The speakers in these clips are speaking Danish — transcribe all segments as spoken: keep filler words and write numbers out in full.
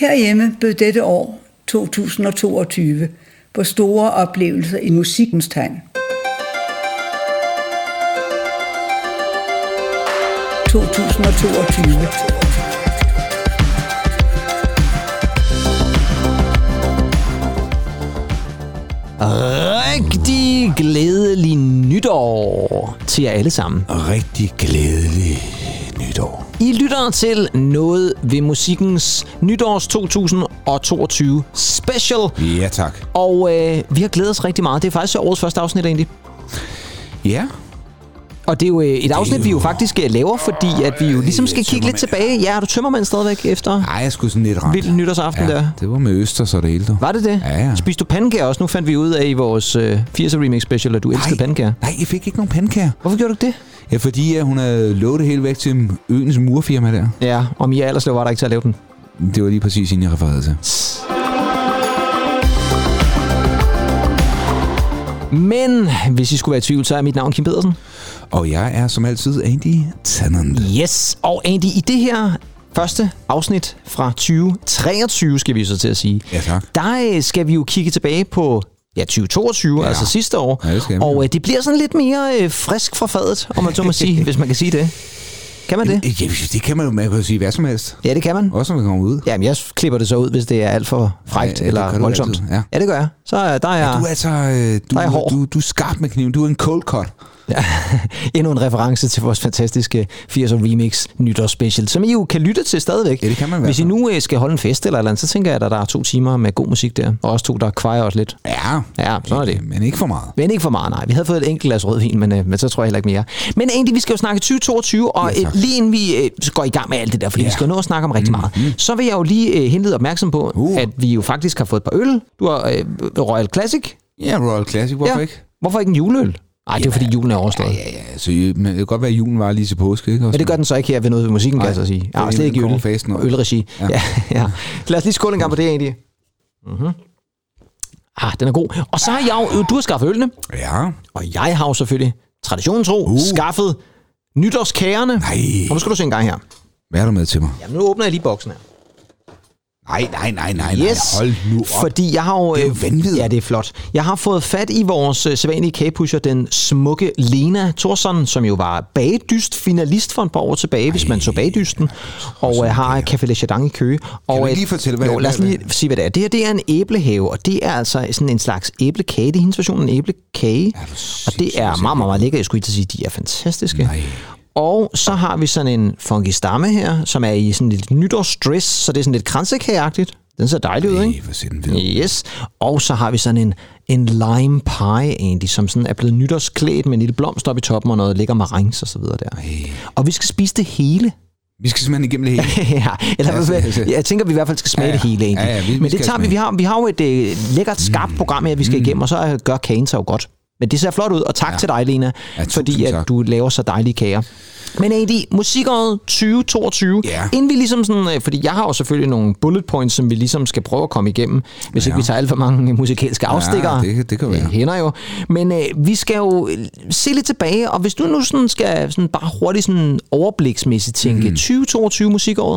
Herhjemme bød dette år to tusind toogtyve på store oplevelser i musikkens tegn. to tusind toogtyve. Rigtig glædelig nytår til jer alle sammen. Rigtig glædelig nytår. I lytter til Noget ved Musikkens nytårs to tusind toogtyve special. Ja, tak. Og øh, vi har glædet os rigtig meget. Det er faktisk årets første afsnit egentlig. Ja. Og det er jo et afsnit, jo... vi jo faktisk laver, fordi at vi jo ligesom skal kigge lidt tilbage. Ja, er du tømmermand stadigvæk efter? Nej, jeg skulle sådan lidt ramt. Vild nytårsaften ja, der. Det var med østers og det hele. Var det det? Ja, ja. Spiste du pandekager også? Nu fandt vi ud af i vores øh, firserne remix special, at du elskede pandekager. Nej, jeg fik ikke nogen pandekager. Hvorfor gjorde du det? Ja, fordi hun havde lovet det hele væk til øens murfirma der. Ja, og Mia Allerslev var der ikke til at lave den. Det var lige præcis, inden jeg refererede til. Men hvis I skulle være i tvivl, så er mit navn Kim Pedersen. Og jeg er som altid Andy Tennant. Yes, og Andy, i det her første afsnit fra tyve treogtyve, skal vi så til at sige, ja, tak. Der skal vi jo kigge tilbage på ja, tyve toogtyve, ja. Altså sidste år. Ja, det og øh, det bliver sådan lidt mere øh, frisk fra fadet, om man så må sige, hvis man kan sige det. Kan man det? Ja, det kan man jo, man kan sige hvad som helst. Ja, det kan man. Også når man kommer ud. Jamen, jeg klipper det så ud, hvis det er alt for frækt ja, ja, eller voldsomt. Ja. ja, det gør jeg. Så der er jeg. Ja, du er altså du, er du, du er skarp med kniven. Du er en cold cut. Ja, endnu en reference til vores fantastiske firserne remix nytårsspecial, som I jo kan lytte til stadigvæk. Ja, det kan man. Hvis I nu skal holde en fest eller andet, så tænker jeg, at der er to timer med god musik der, og også to, der kvejer os lidt. Ja, ja, sådan er det. Men ikke for meget. Men ikke for meget, nej. Vi havde fået et enkelt glas rødvin, men, men så tror jeg heller ikke mere. Men egentlig, vi skal jo snakke tyve toogtyve, og ja, lige inden vi øh, går i gang med alt det der, fordi ja. vi skal nå at snakke om rigtig meget, mm-hmm. så vil jeg jo lige øh, henlede opmærksom på, uh. at vi jo faktisk har fået et par øl. Du har øh, Royal Classic. Ja, Royal Classic. Hvorfor ja. ikke? Hvorfor ikke en juleøl? Nej, det er fordi julen er overstået. Ja, ja, ja. Så men det kan godt være, at julen var lige til påske, ikke? Men det gør den så ikke her ved noget ved musikken, kan jeg så sige. Ja, det er ikke øl. Ølregi. Ja. Ja, ja. Lad os lige skåle en gang på det, egentlig. Mm-hmm. Ah, den er god. Og så har jeg jo, du har skaffet ølene. Ja. Og jeg har jo selvfølgelig, traditionen tro, uh. skaffet nytårskagerne. Nej. Og nu skal du se en gang her. Hvad er du med til mig? Jamen, nu åbner jeg lige boksen her. Nej, nej, nej, nej, yes, hold nu op. Fordi jeg har jo... Det er jo vanvittigt. Ja, det er flot. Jeg har fået fat i vores øh, sædvanlige kagepusher, den smukke Lena Thorsson, som jo var bagedyst finalist for et par år tilbage, Ej, hvis man så bagedysten, og øh, har Café Le Chardin i Køge. Kan og, du lige fortælle, hvad jo, lad os lige sige, hvad det er. Det her, det er en æblehave, og det er altså sådan en slags æblekage. Det er hendes version af en æblekage, og det er meget, meget, meget lækker. Jeg skulle ikke til at sige, de er fantastiske. Nej. Og så har vi sådan en funky stamme her, som er i sådan lidt nytårsdress, så det er sådan lidt kransekageagtigt. Den ser dejlig ud, ikke? Yes. Og så har vi sådan en, en lime pie egentlig, som sådan er blevet nytårsklædt med en lille blomst op i toppen og noget lækker marengs og så videre der. Ej. Og vi skal spise det hele. Vi skal simpelthen igennem det hele. ja, eller, ja, jeg tænker, vi i hvert fald skal smage ja, ja. det hele egentlig. Ja, ja, vi, Men det tager vi. Vi har, vi har jo et øh, lækkert, skarpt program her, vi skal mm. igennem, og så gør kagen sig jo godt. Men det ser flot ud, og tak ja. til dig, Lena, ja, fordi at du laver så dejlige kager. Men egentlig, musikåret tyve toogtyve, yeah. inden vi ligesom sådan, fordi jeg har jo selvfølgelig nogle bullet points, som vi ligesom skal prøve at komme igennem, hvis ja. ikke vi tager alt for mange musikalske afstikkere. Ja, det, det kan være. Det hænder jo. Men øh, vi skal jo se lidt tilbage, og hvis du nu sådan skal sådan bare hurtigt sådan overbliksmæssigt tænke, mm. tyve toogtyve musikåret.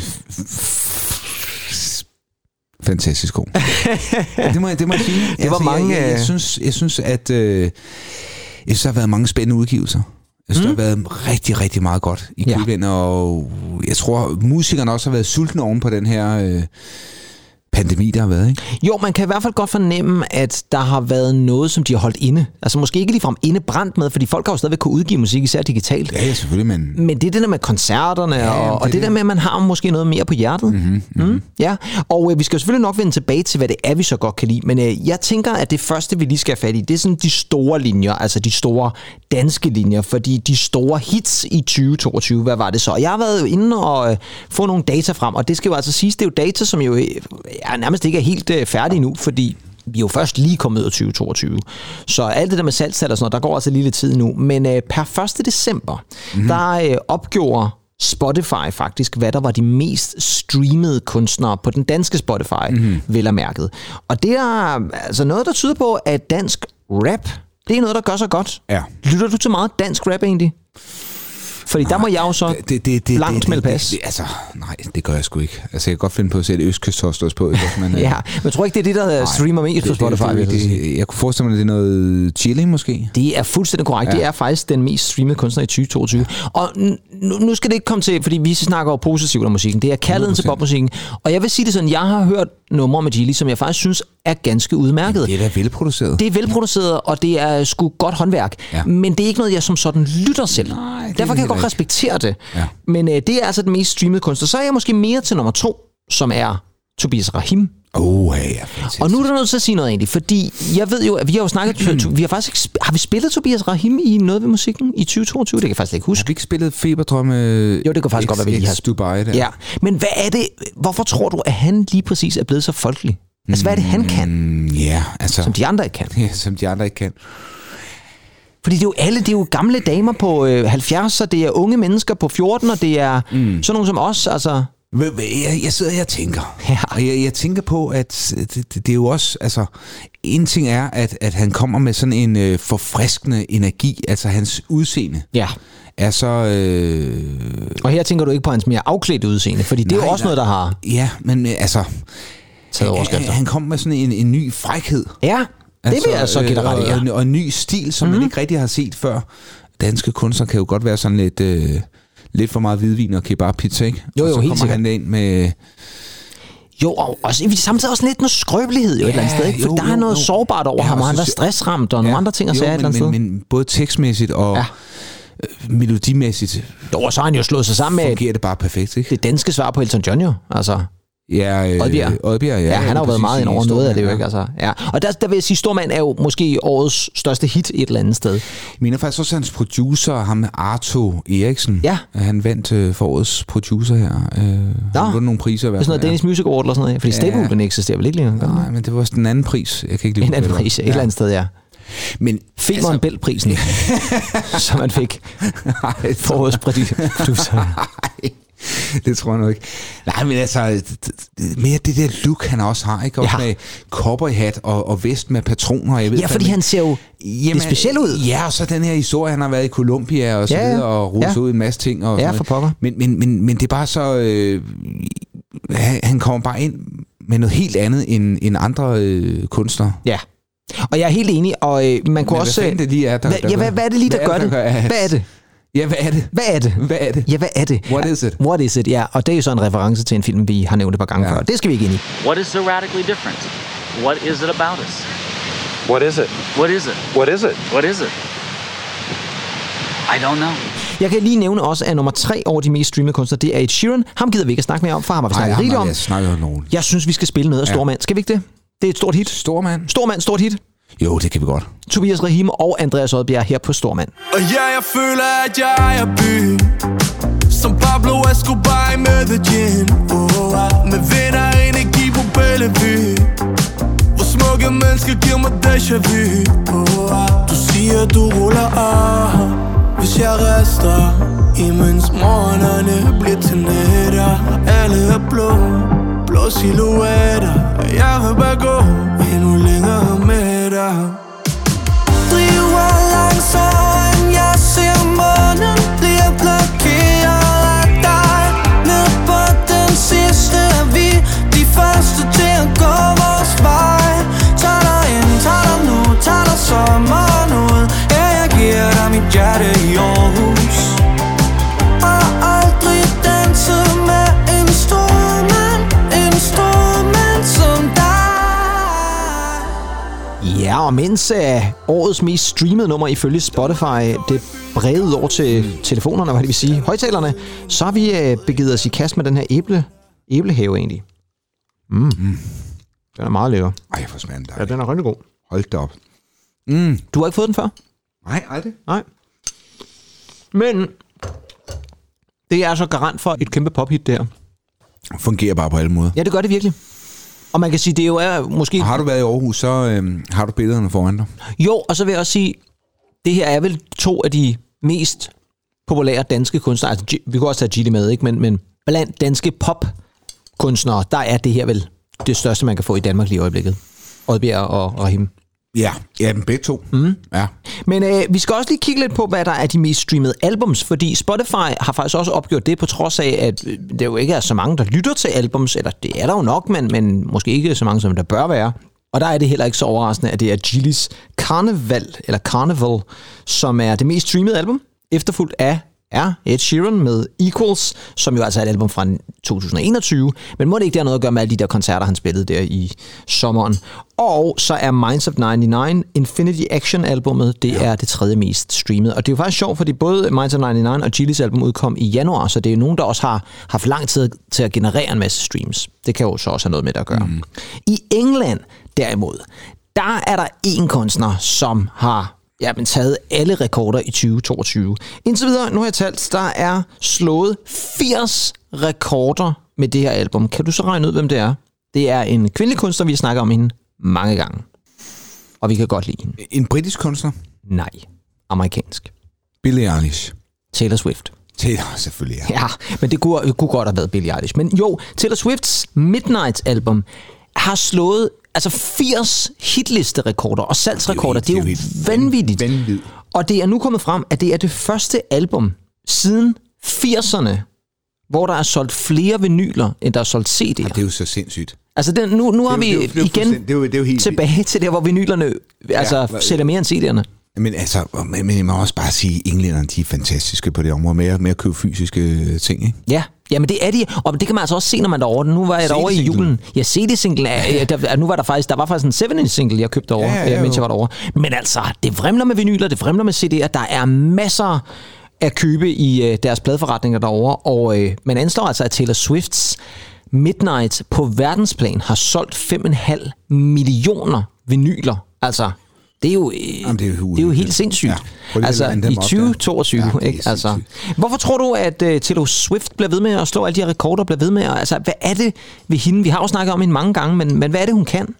Fantastisk god. det, må, det må jeg sige. Det altså, var mange... Jeg, jeg, jeg, synes, jeg synes, at øh, jeg synes, der har været mange spændende udgivelser. Jeg synes, mm. der har været rigtig, rigtig meget godt i kølvandet, ja. og jeg tror, musikerne også har været sultne oven på den her øh, pandemi, der har været, ikke? Jo, man kan i hvert fald godt fornemme, at der har været noget, som de har holdt inde. Altså måske ikke ligefrem indebrændt med, fordi folk har jo stadigvæk kunne udgive musik, især digitalt. Ja, ja, selvfølgelig, men... Men det er det der med koncerterne, ja, og, det, og det, det der med, at man har måske noget mere på hjertet. Mm-hmm, mm-hmm. Mm, ja, og øh, vi skal jo selvfølgelig nok vende tilbage til, hvad det er, vi så godt kan lide. Men øh, jeg tænker, at det første, vi lige skal have fat i, det er sådan de store linjer, altså de store danske linjer, fordi de store hits i tyve toogtyve, hvad var det så? Jeg har været inde og øh, få nogle data frem, og det skal jo altså siges, det er jo data, som jo øh, er nærmest ikke er helt øh, færdige nu, fordi vi er jo først lige kommet ud af tyve toogtyve. Så alt det der med salgstal og sådan noget, der går altså lige lidt tid nu. Men øh, per første december, mm-hmm. der øh, opgjorde Spotify faktisk, hvad der var de mest streamede kunstnere på den danske Spotify, mm-hmm. vel og mærket. Og det er altså noget, der tyder på, at dansk rap, det er noget, der gør sig godt. Ja. Lytter du til meget dansk rap egentlig? Fordi der må jeg jo så det, det, det, langt melde pas. Det, det, altså, nej, det gør jeg sgu ikke. Altså, jeg kan godt finde på at sætte Østkyst-Hostos på. Ikke? Men, ja, men jeg tror ikke, det er det, der nej, streamer mest på Spotify. Det, det, det, det, jeg kunne forestille mig, at det er noget chilling måske. Det er fuldstændig korrekt. Ja. Det er faktisk den mest streamede kunstner i tyve toogtyve. Ja. Og nu, nu skal det ikke komme til, fordi vi snakker jo positivt om musikken. Det er kærligheden til popmusikken. Og jeg vil sige det sådan, jeg har hørt numre med Gilly, som jeg faktisk synes er ganske udmærket. Det er da velproduceret. Det er velproduceret, og det er sgu godt håndværk. Ja. Men det er ikke noget, jeg som sådan lytter selv. Nej, derfor kan jeg godt ikke respektere det. Ja. Men øh, det er altså den mest streamede kunstner. Så er jeg måske mere til nummer to, som er Tobias Rahim. Oh, ja, ja, og nu er der nødt til at sige noget egentlig, fordi jeg ved jo, at vi har jo snakket, vi har faktisk ikke, har vi spillet Tobias Rahim i noget ved musikken i tyve toogtyve? Det kan jeg faktisk ikke huske. Har vi ikke spillet Feberdrømme? Jo, det kan faktisk X, godt være, vi lige har Dubai der. Ja, men hvad er det, hvorfor tror du, at han lige præcis er blevet så folkelig? Altså, hvad er det, han kan? Mm, ja, altså. Som de andre ikke kan. Ja, som de andre ikke kan. Fordi det er jo alle, det er jo gamle damer på øh, halvfjerds, og det er unge mennesker på fjorten, og det er mm. sådan nogle som os, altså. Jeg, jeg sidder og tænker, ja. og jeg, jeg tænker på, at det, det er jo også, altså, en ting er, at, at han kommer med sådan en øh, forfriskende energi, altså hans udseende. Ja. Er så... Øh... Og her tænker du ikke på hans mere afklædte udseende, fordi det nej, er jo også nej. noget, der har... Ja, men altså... Taget han, han kommer med sådan en, en ny frækhed. Ja, det altså, vil jeg så give dig ret i, ja. Og, og en ny stil, som mm-hmm. man ikke rigtig har set før. Danske kunstnere kan jo godt være sådan lidt... Øh, lidt for meget hvidvin og kebabpizza, ikke? Jo, jo, og så helt kommer sikkert. han ind med... Jo, og også, samtidig også lidt noget skrøbelighed jo ja, et eller andet sted, ikke? For jo, der er noget jo, sårbart over ja, ham, og han er stressramt, og ja, nogle andre ting at sige et eller andet men, sted. Men både tekstmæssigt og ja. melodimæssigt... Jo, og så har han jo slået sig sammen med... Fungerer det bare perfekt, ikke? Det danske svar på Elton John jo, altså... Ja, øh, Oddbjerg. Oddbjerg, ja. Ja, han har jo været meget ind over noget af det jo, ikke? Altså, ja. Og der, der vil jeg sige, Stormand er jo måske årets største hit et eller andet sted. Jeg mener faktisk også hans producer, ham Arto Eriksen. Ja. Han vandt øh, for årets producer her. Øh, han vundet nogle priser. Det er sådan noget Danish Music Award eller sådan noget, fordi ja. Stapleton eksisterer vel ikke længere? Nej, men det var den anden pris. Jeg kan ikke lide en anden pris, et ja. eller andet sted, ja. Men Femern altså, Bælt-prisen, som man fik for årets producer. Det tror jeg nok ikke. Nej, men altså, mere det der look, han også har, ikke? Også ja. med cowboyhat og, og vest med patroner. Jeg ved, ja, fordi han ser jo jamen, det specielt ud. Ja, og så den her historie, han har været i Colombia og så ja, videre, og russet ja. ud en masse ting. Og ja, for pokker. Men, men, men, men det er bare så... Øh, han kommer bare ind med noget helt andet end, end andre øh, kunstnere. Ja. Og jeg er helt enig, og øh, man kunne men også... Hvad det lige er, der, hvad, der, ja, hvad, hvad er det lige, der, der gør det? Hvad er det? Ja, hvad er det? Hvad er det? Hvad er det? Ja, hvad er det? What is it? What is it, ja. Og det er jo så en reference til en film, vi har nævnt et par gange ja. før. Det skal vi ikke ind i. What is so radically different? What is it about us? What is it? What is it? What is it? What is it? I don't know. Jeg kan lige nævne også, at nummer tre over de mest streamede kunstnere, det er Ed Sheeran. Ham gider vi ikke at snakke mere om, for ham har vi snakket rigeligt om. Jeg snakker nogen. Jeg synes, vi skal spille noget af ja. Stormand. Skal vi ikke det? Det er et stort hit. Stormand? Stormand, stort hit. Jo, det kan vi godt. Tobias Rahim og Andreas Oddbjerg her på Stormand. Og ja, jeg føler, at jeg ejer byen, som Pablo Escobar i Medellin. Oh, med vinder energi på Bellevue, hvor smukke mennesker giver mig déjà vu. Oh, du siger, du ruller af, hvis jeg rester, imens morgenerne bliver til nætter. Alle er blå, blå silhuetter, og jeg vil bare gå endnu længere med dig. Driver langsommere end jeg ser månen, bliver blokeret af dig. Ned på den sidste er vi de første til at gå vores vej. Tag dig ind, tag dig nu, tag dig sommeren ud. Ja, jeg giver dig mit hjerte i Aarhus. Har aldrig danset med en stormand, en stormand som dig. Ja, og mens uh, årets mest streamede nummer ifølge Spotify, det brede over til mm. telefonerne, hvad det vil sige, højtalerne, så har vi uh, begivet os i kast med den her æble, æblehave egentlig. Mm. Mm. Den er meget lækker. Ej, for smanden dig. Ja, den er rigtig god. Hold da op. Mm. Du har ikke fået den før? Nej, aldrig. Nej. Men det er så garant for et kæmpe pophit der. Fungerer bare på alle måder. Ja, det gør det virkelig. Og man kan sige, det jo er måske... Og har du været i Aarhus, så øhm, har du billederne foran dig. Jo, og så vil jeg også sige, det her er vel to af de mest populære danske kunstnere. Altså, vi kunne også tage Gilly med, ikke? Men, men blandt danske popkunstnere, der er det her vel det største, man kan få i Danmark lige i øjeblikket. Oddbjerg og Rahim. Ja, ja, dem begge to. Mm. Ja. Men øh, vi skal også lige kigge lidt på, hvad der er de mest streamede albums, fordi Spotify har faktisk også opgjort det på trods af, at øh, der jo ikke er så mange, der lytter til albums, eller det er der jo nok, men, men måske ikke så mange, som der bør være. Og der er det heller ikke så overraskende, at det er Gillies Carnival, eller Carnival, som er det mest streamede album, efterfulgt af er Ed Sheeran med Equals, som jo altså er et album fra to tusind og enogtyve, men må det ikke der noget at gøre med alle de der koncerter, han spillede der i sommeren. Og så er Minds of nioghalvfems Infinity Action-albummet, det ja. er det tredje mest streamede. Og det er jo faktisk sjovt, fordi både Minds of nioghalvfems og Gillies album udkom i januar, så det er nogen, der også har haft lang tid til at generere en masse streams. Det kan jo så også have noget med det at gøre. Mm. I England derimod, der er der en kunstner, som har ja, men taget alle rekorder i tyve toogtyve. Indtil videre, nu har jeg talt, der er slået firs rekorder med det her album. Kan du så regne ud, hvem det er? Det er en kvindelig kunstner, vi snakker om hende mange gange. Og vi kan godt lide hende. En britisk kunstner? Nej, amerikansk. Billie Eilish. Taylor Swift. Taylor, selvfølgelig, ja. Ja, men det kunne, det kunne godt have været Billie Eilish. Men jo, Taylor Swifts Midnight-album har slået altså firs hitliste-rekorder og salgsrekorder. Det er jo, det er jo vanvittigt. Vanvittigt. Og det er nu kommet frem, at det er det første album siden firserne, hvor der er solgt flere vinyler, end der er solgt C D'er. Ja, det er jo så sindssygt. Altså, den, nu, nu har vi det er jo, det er jo igen det er jo, det er jo helt tilbage vildt. Til der, hvor vinylerne altså, ja, sælger mere end C D'erne. Men altså, men jeg må også bare sige, at englænderne, de er fantastiske på det område, med, med at købe fysiske ting, ikke? Ja, jamen det er de, og det kan man altså også se, når man er derovre. Nu var jeg derovre i julen. Ja, C D-single, ja, der, nu var der faktisk, der var faktisk en syv-inch single, jeg købte derovre, ja, ja, mens jeg var derovre. Men altså, det vrimler med vinyler, det vrimler med C D'er, der er masser at købe i uh, deres pladeforretninger derovre, og uh, man anslår altså, at Taylor Swifts Midnight på verdensplan har solgt fem komma fem millioner vinyler. Altså, det er jo, Jamen, det er jo, det er jo helt sindssygt. Ja, altså i tyve toogtyve, ja, ikke? Altså, hvorfor tror du, at uh, Taylor Swift bliver ved med at slå alle de her rekorder, bliver ved med at, altså, hvad er det ved hende? Vi har jo snakket om hende mange gange, men, men hvad er det, hun kan?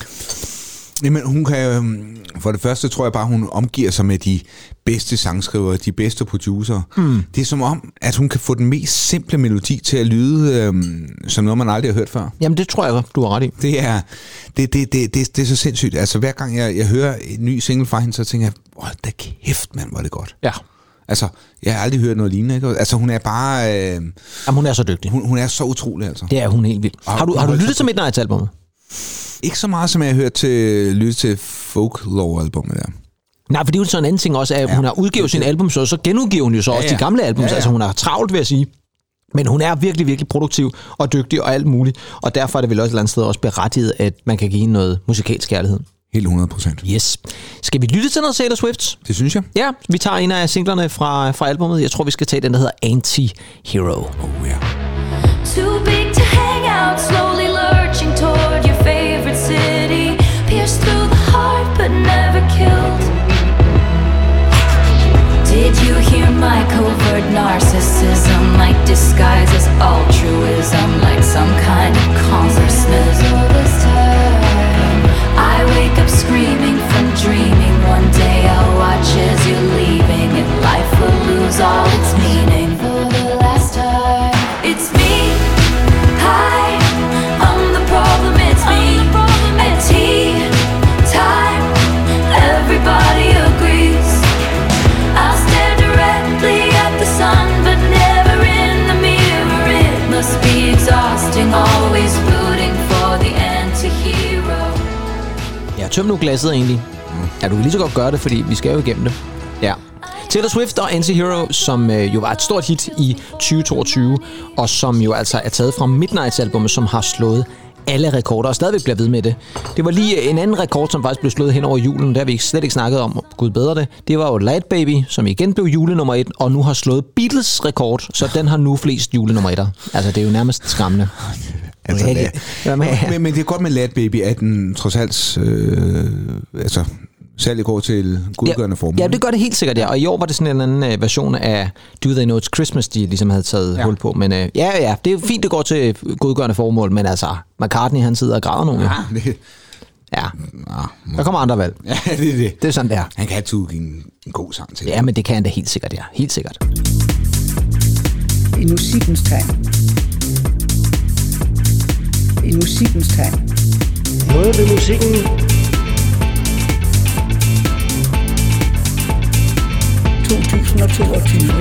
Jamen, hun kan, for det første tror jeg bare, hun omgiver sig med de bedste sangskrivere, de bedste producer. Mm. Det er som om, at hun kan få den mest simple melodi til at lyde øhm, som noget, man aldrig har hørt før. Jamen, det tror jeg, du har ret i. Det er, det, det, det, det, det er så sindssygt. Altså, hver gang jeg, jeg hører en ny single fra hende, så tænker jeg, åh, da kæft, mand, hvor er det godt. Ja. Altså, jeg har aldrig hørt noget lignende, ikke? Altså, hun er bare... Øh, Jamen, hun er så dygtig. Hun, hun er så utrolig, altså. Det er hun helt vildt. Har du, har du lyttet til Midnight-albummet? Ikke så meget, som jeg har hørt til lytte til Folklore-albummet der. Nej, for det er jo sådan en anden ting også, at ja, hun har udgivet sin album, så, så genudgiver hun jo så ja, også ja. de gamle albums. Ja, ja. Altså hun er travlt, vil jeg sige. Men hun er virkelig, virkelig produktiv og dygtig og alt muligt. Og derfor er det vel også et eller andet sted også berettiget, at man kan give hende noget musikalsk kærlighed. Helt hundrede procent. Yes. Skal vi lytte til noget Taylor Swift? Det synes jeg. Ja, vi tager en af singlerne fra, fra albumet. Jeg tror, vi skal tage den, der hedder Anti-Hero. Oh ja. Too big to hang out, slowly lurching toward your favorite city. Pierced through the heart, but never killed. Did you hear my covert narcissism? Like disguise as altruism, like some kind of congressman. All this time, I wake up screaming from dreaming. One day I'll watch as you're leaving, and life will lose all its meaning. For the last time, it's me. Hi, I'm the problem. It's me. At tea time, everybody agrees. I'll stare directly at the sun, but never in the mirror. It must be exhausting, always rooting for the anti-hero. Ja, tøm nu glasset egentlig. Ja, du kan lige så godt gøre det, fordi vi skal jo igennem det. Ja. Taylor Swift og Anti-Hero, som øh, jo var et stort hit i tyve toogtyve, og som jo altså er taget fra Midnight-albummet, som har slået alle rekorder, og stadigvæk bliver ved med det. Det var lige en anden rekord, som faktisk blev slået hen over julen, der har vi slet ikke snakket om, gud bedre det. Det var jo Lad Baby, som igen blev julenummer et, og nu har slået Beatles rekord, så den har nu flest julenummer etter. Altså, det er jo nærmest skræmmende. Altså, ja, ja. Men, men det er godt med Lad Baby, at den trods alt øh, altså, særligt går til godgørende formål. Ja, det gør det helt sikkert, ja. Og i år var det sådan en anden uh, version af Do They Know It's Christmas, de ligesom havde taget ja. hul på. Men uh, ja, ja, det er jo fint, det går til godgørende formål, men altså, McCartney, han sidder og græder nogle. Ja, det... Ja, der kommer andre valg. Ja, det er det. Det er sådan, det er. Han kan altid give en, en god sang til. Ja, men det kan han da helt sikkert, ja. Helt sikkert. I musikkens tegn. I musikkens tegn. Noget ved musikken. to tusind og toogtyve.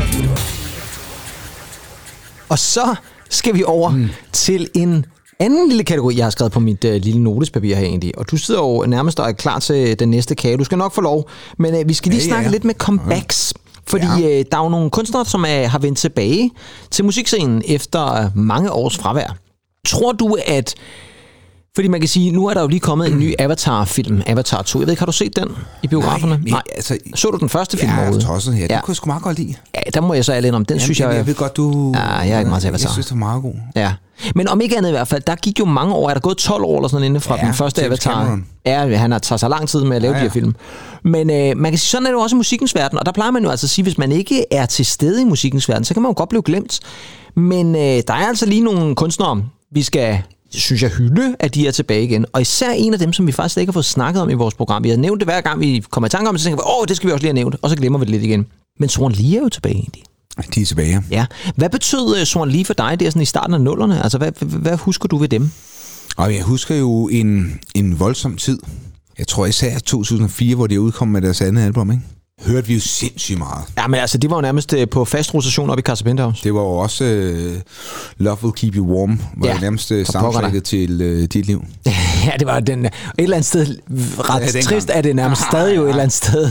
Og så skal vi over mm. til en anden lille kategori, jeg har skrevet på mit øh, lille notespapir her egentlig. Og du sidder jo nærmest og er klar til den næste kage. Du skal nok få lov. Men øh, vi skal lige ja, snakke ja. lidt med comebacks. Fordi ja. øh, der er jo nogle kunstnere, som er, har vendt tilbage til musikscenen efter mange års fravær. Tror du, at... Fordi man kan sige, nu er der jo lige kommet en ny Avatar-film, Avatar to. Jeg ved ikke, har du set den i biograferne? Nej, Nej. Altså, så du den første film ja, overhovedet? Ja, tosset her. Den ja. kunne jeg sgu meget godt lide. Ja, der må jeg så alle om. Den Jamen, synes jeg... Jeg ved godt, du... Ja, jeg er ikke meget til Avatar. Jeg synes, det er meget god. Ja. Men om ikke andet i hvert fald, der gik jo mange år, er der gået tolv år eller sådan inden fra ja, den første James Avatar. Cameron. Ja, han har taget så lang tid med at lave ja, ja. de her film. Men øh, man kan sige, sådan er det jo også i musikkens verden, og der plejer man jo altså at sige, hvis man ikke er til stede i musikkens verden, så kan man jo godt blive glemt. Men øh, der er altså lige nogle kunstnere, vi skal... synes jeg, hylde, at de er tilbage igen. Og især en af dem, som vi faktisk ikke har fået snakket om i vores program. Vi har nævnt det hver gang, vi kommer i tanke om det, så tænker vi, åh, det skal vi også lige have nævnt, og så glemmer vi det lidt igen. Men Swan Lee er jo tilbage egentlig. De er tilbage. Ja. Hvad betød Swan Lee for dig? Det er sådan i starten af nullerne. Altså, hvad, hvad husker du ved dem? Og jeg husker jo en, en voldsom tid. Jeg tror især to tusind og fire, hvor de udkom med deres andet album, ikke? Hørte vi jo sindssygt meget. Ja, men altså, det var jo nærmest på fast rotation oppe i Casa Penthouse. Det var jo også uh, Love Will Keep You Warm, var ja, det nærmest soundtracket til uh, dit liv. Ja, det var den, et eller andet sted ret ja, trist, er det nærmest ah, stadig jo et eller andet sted.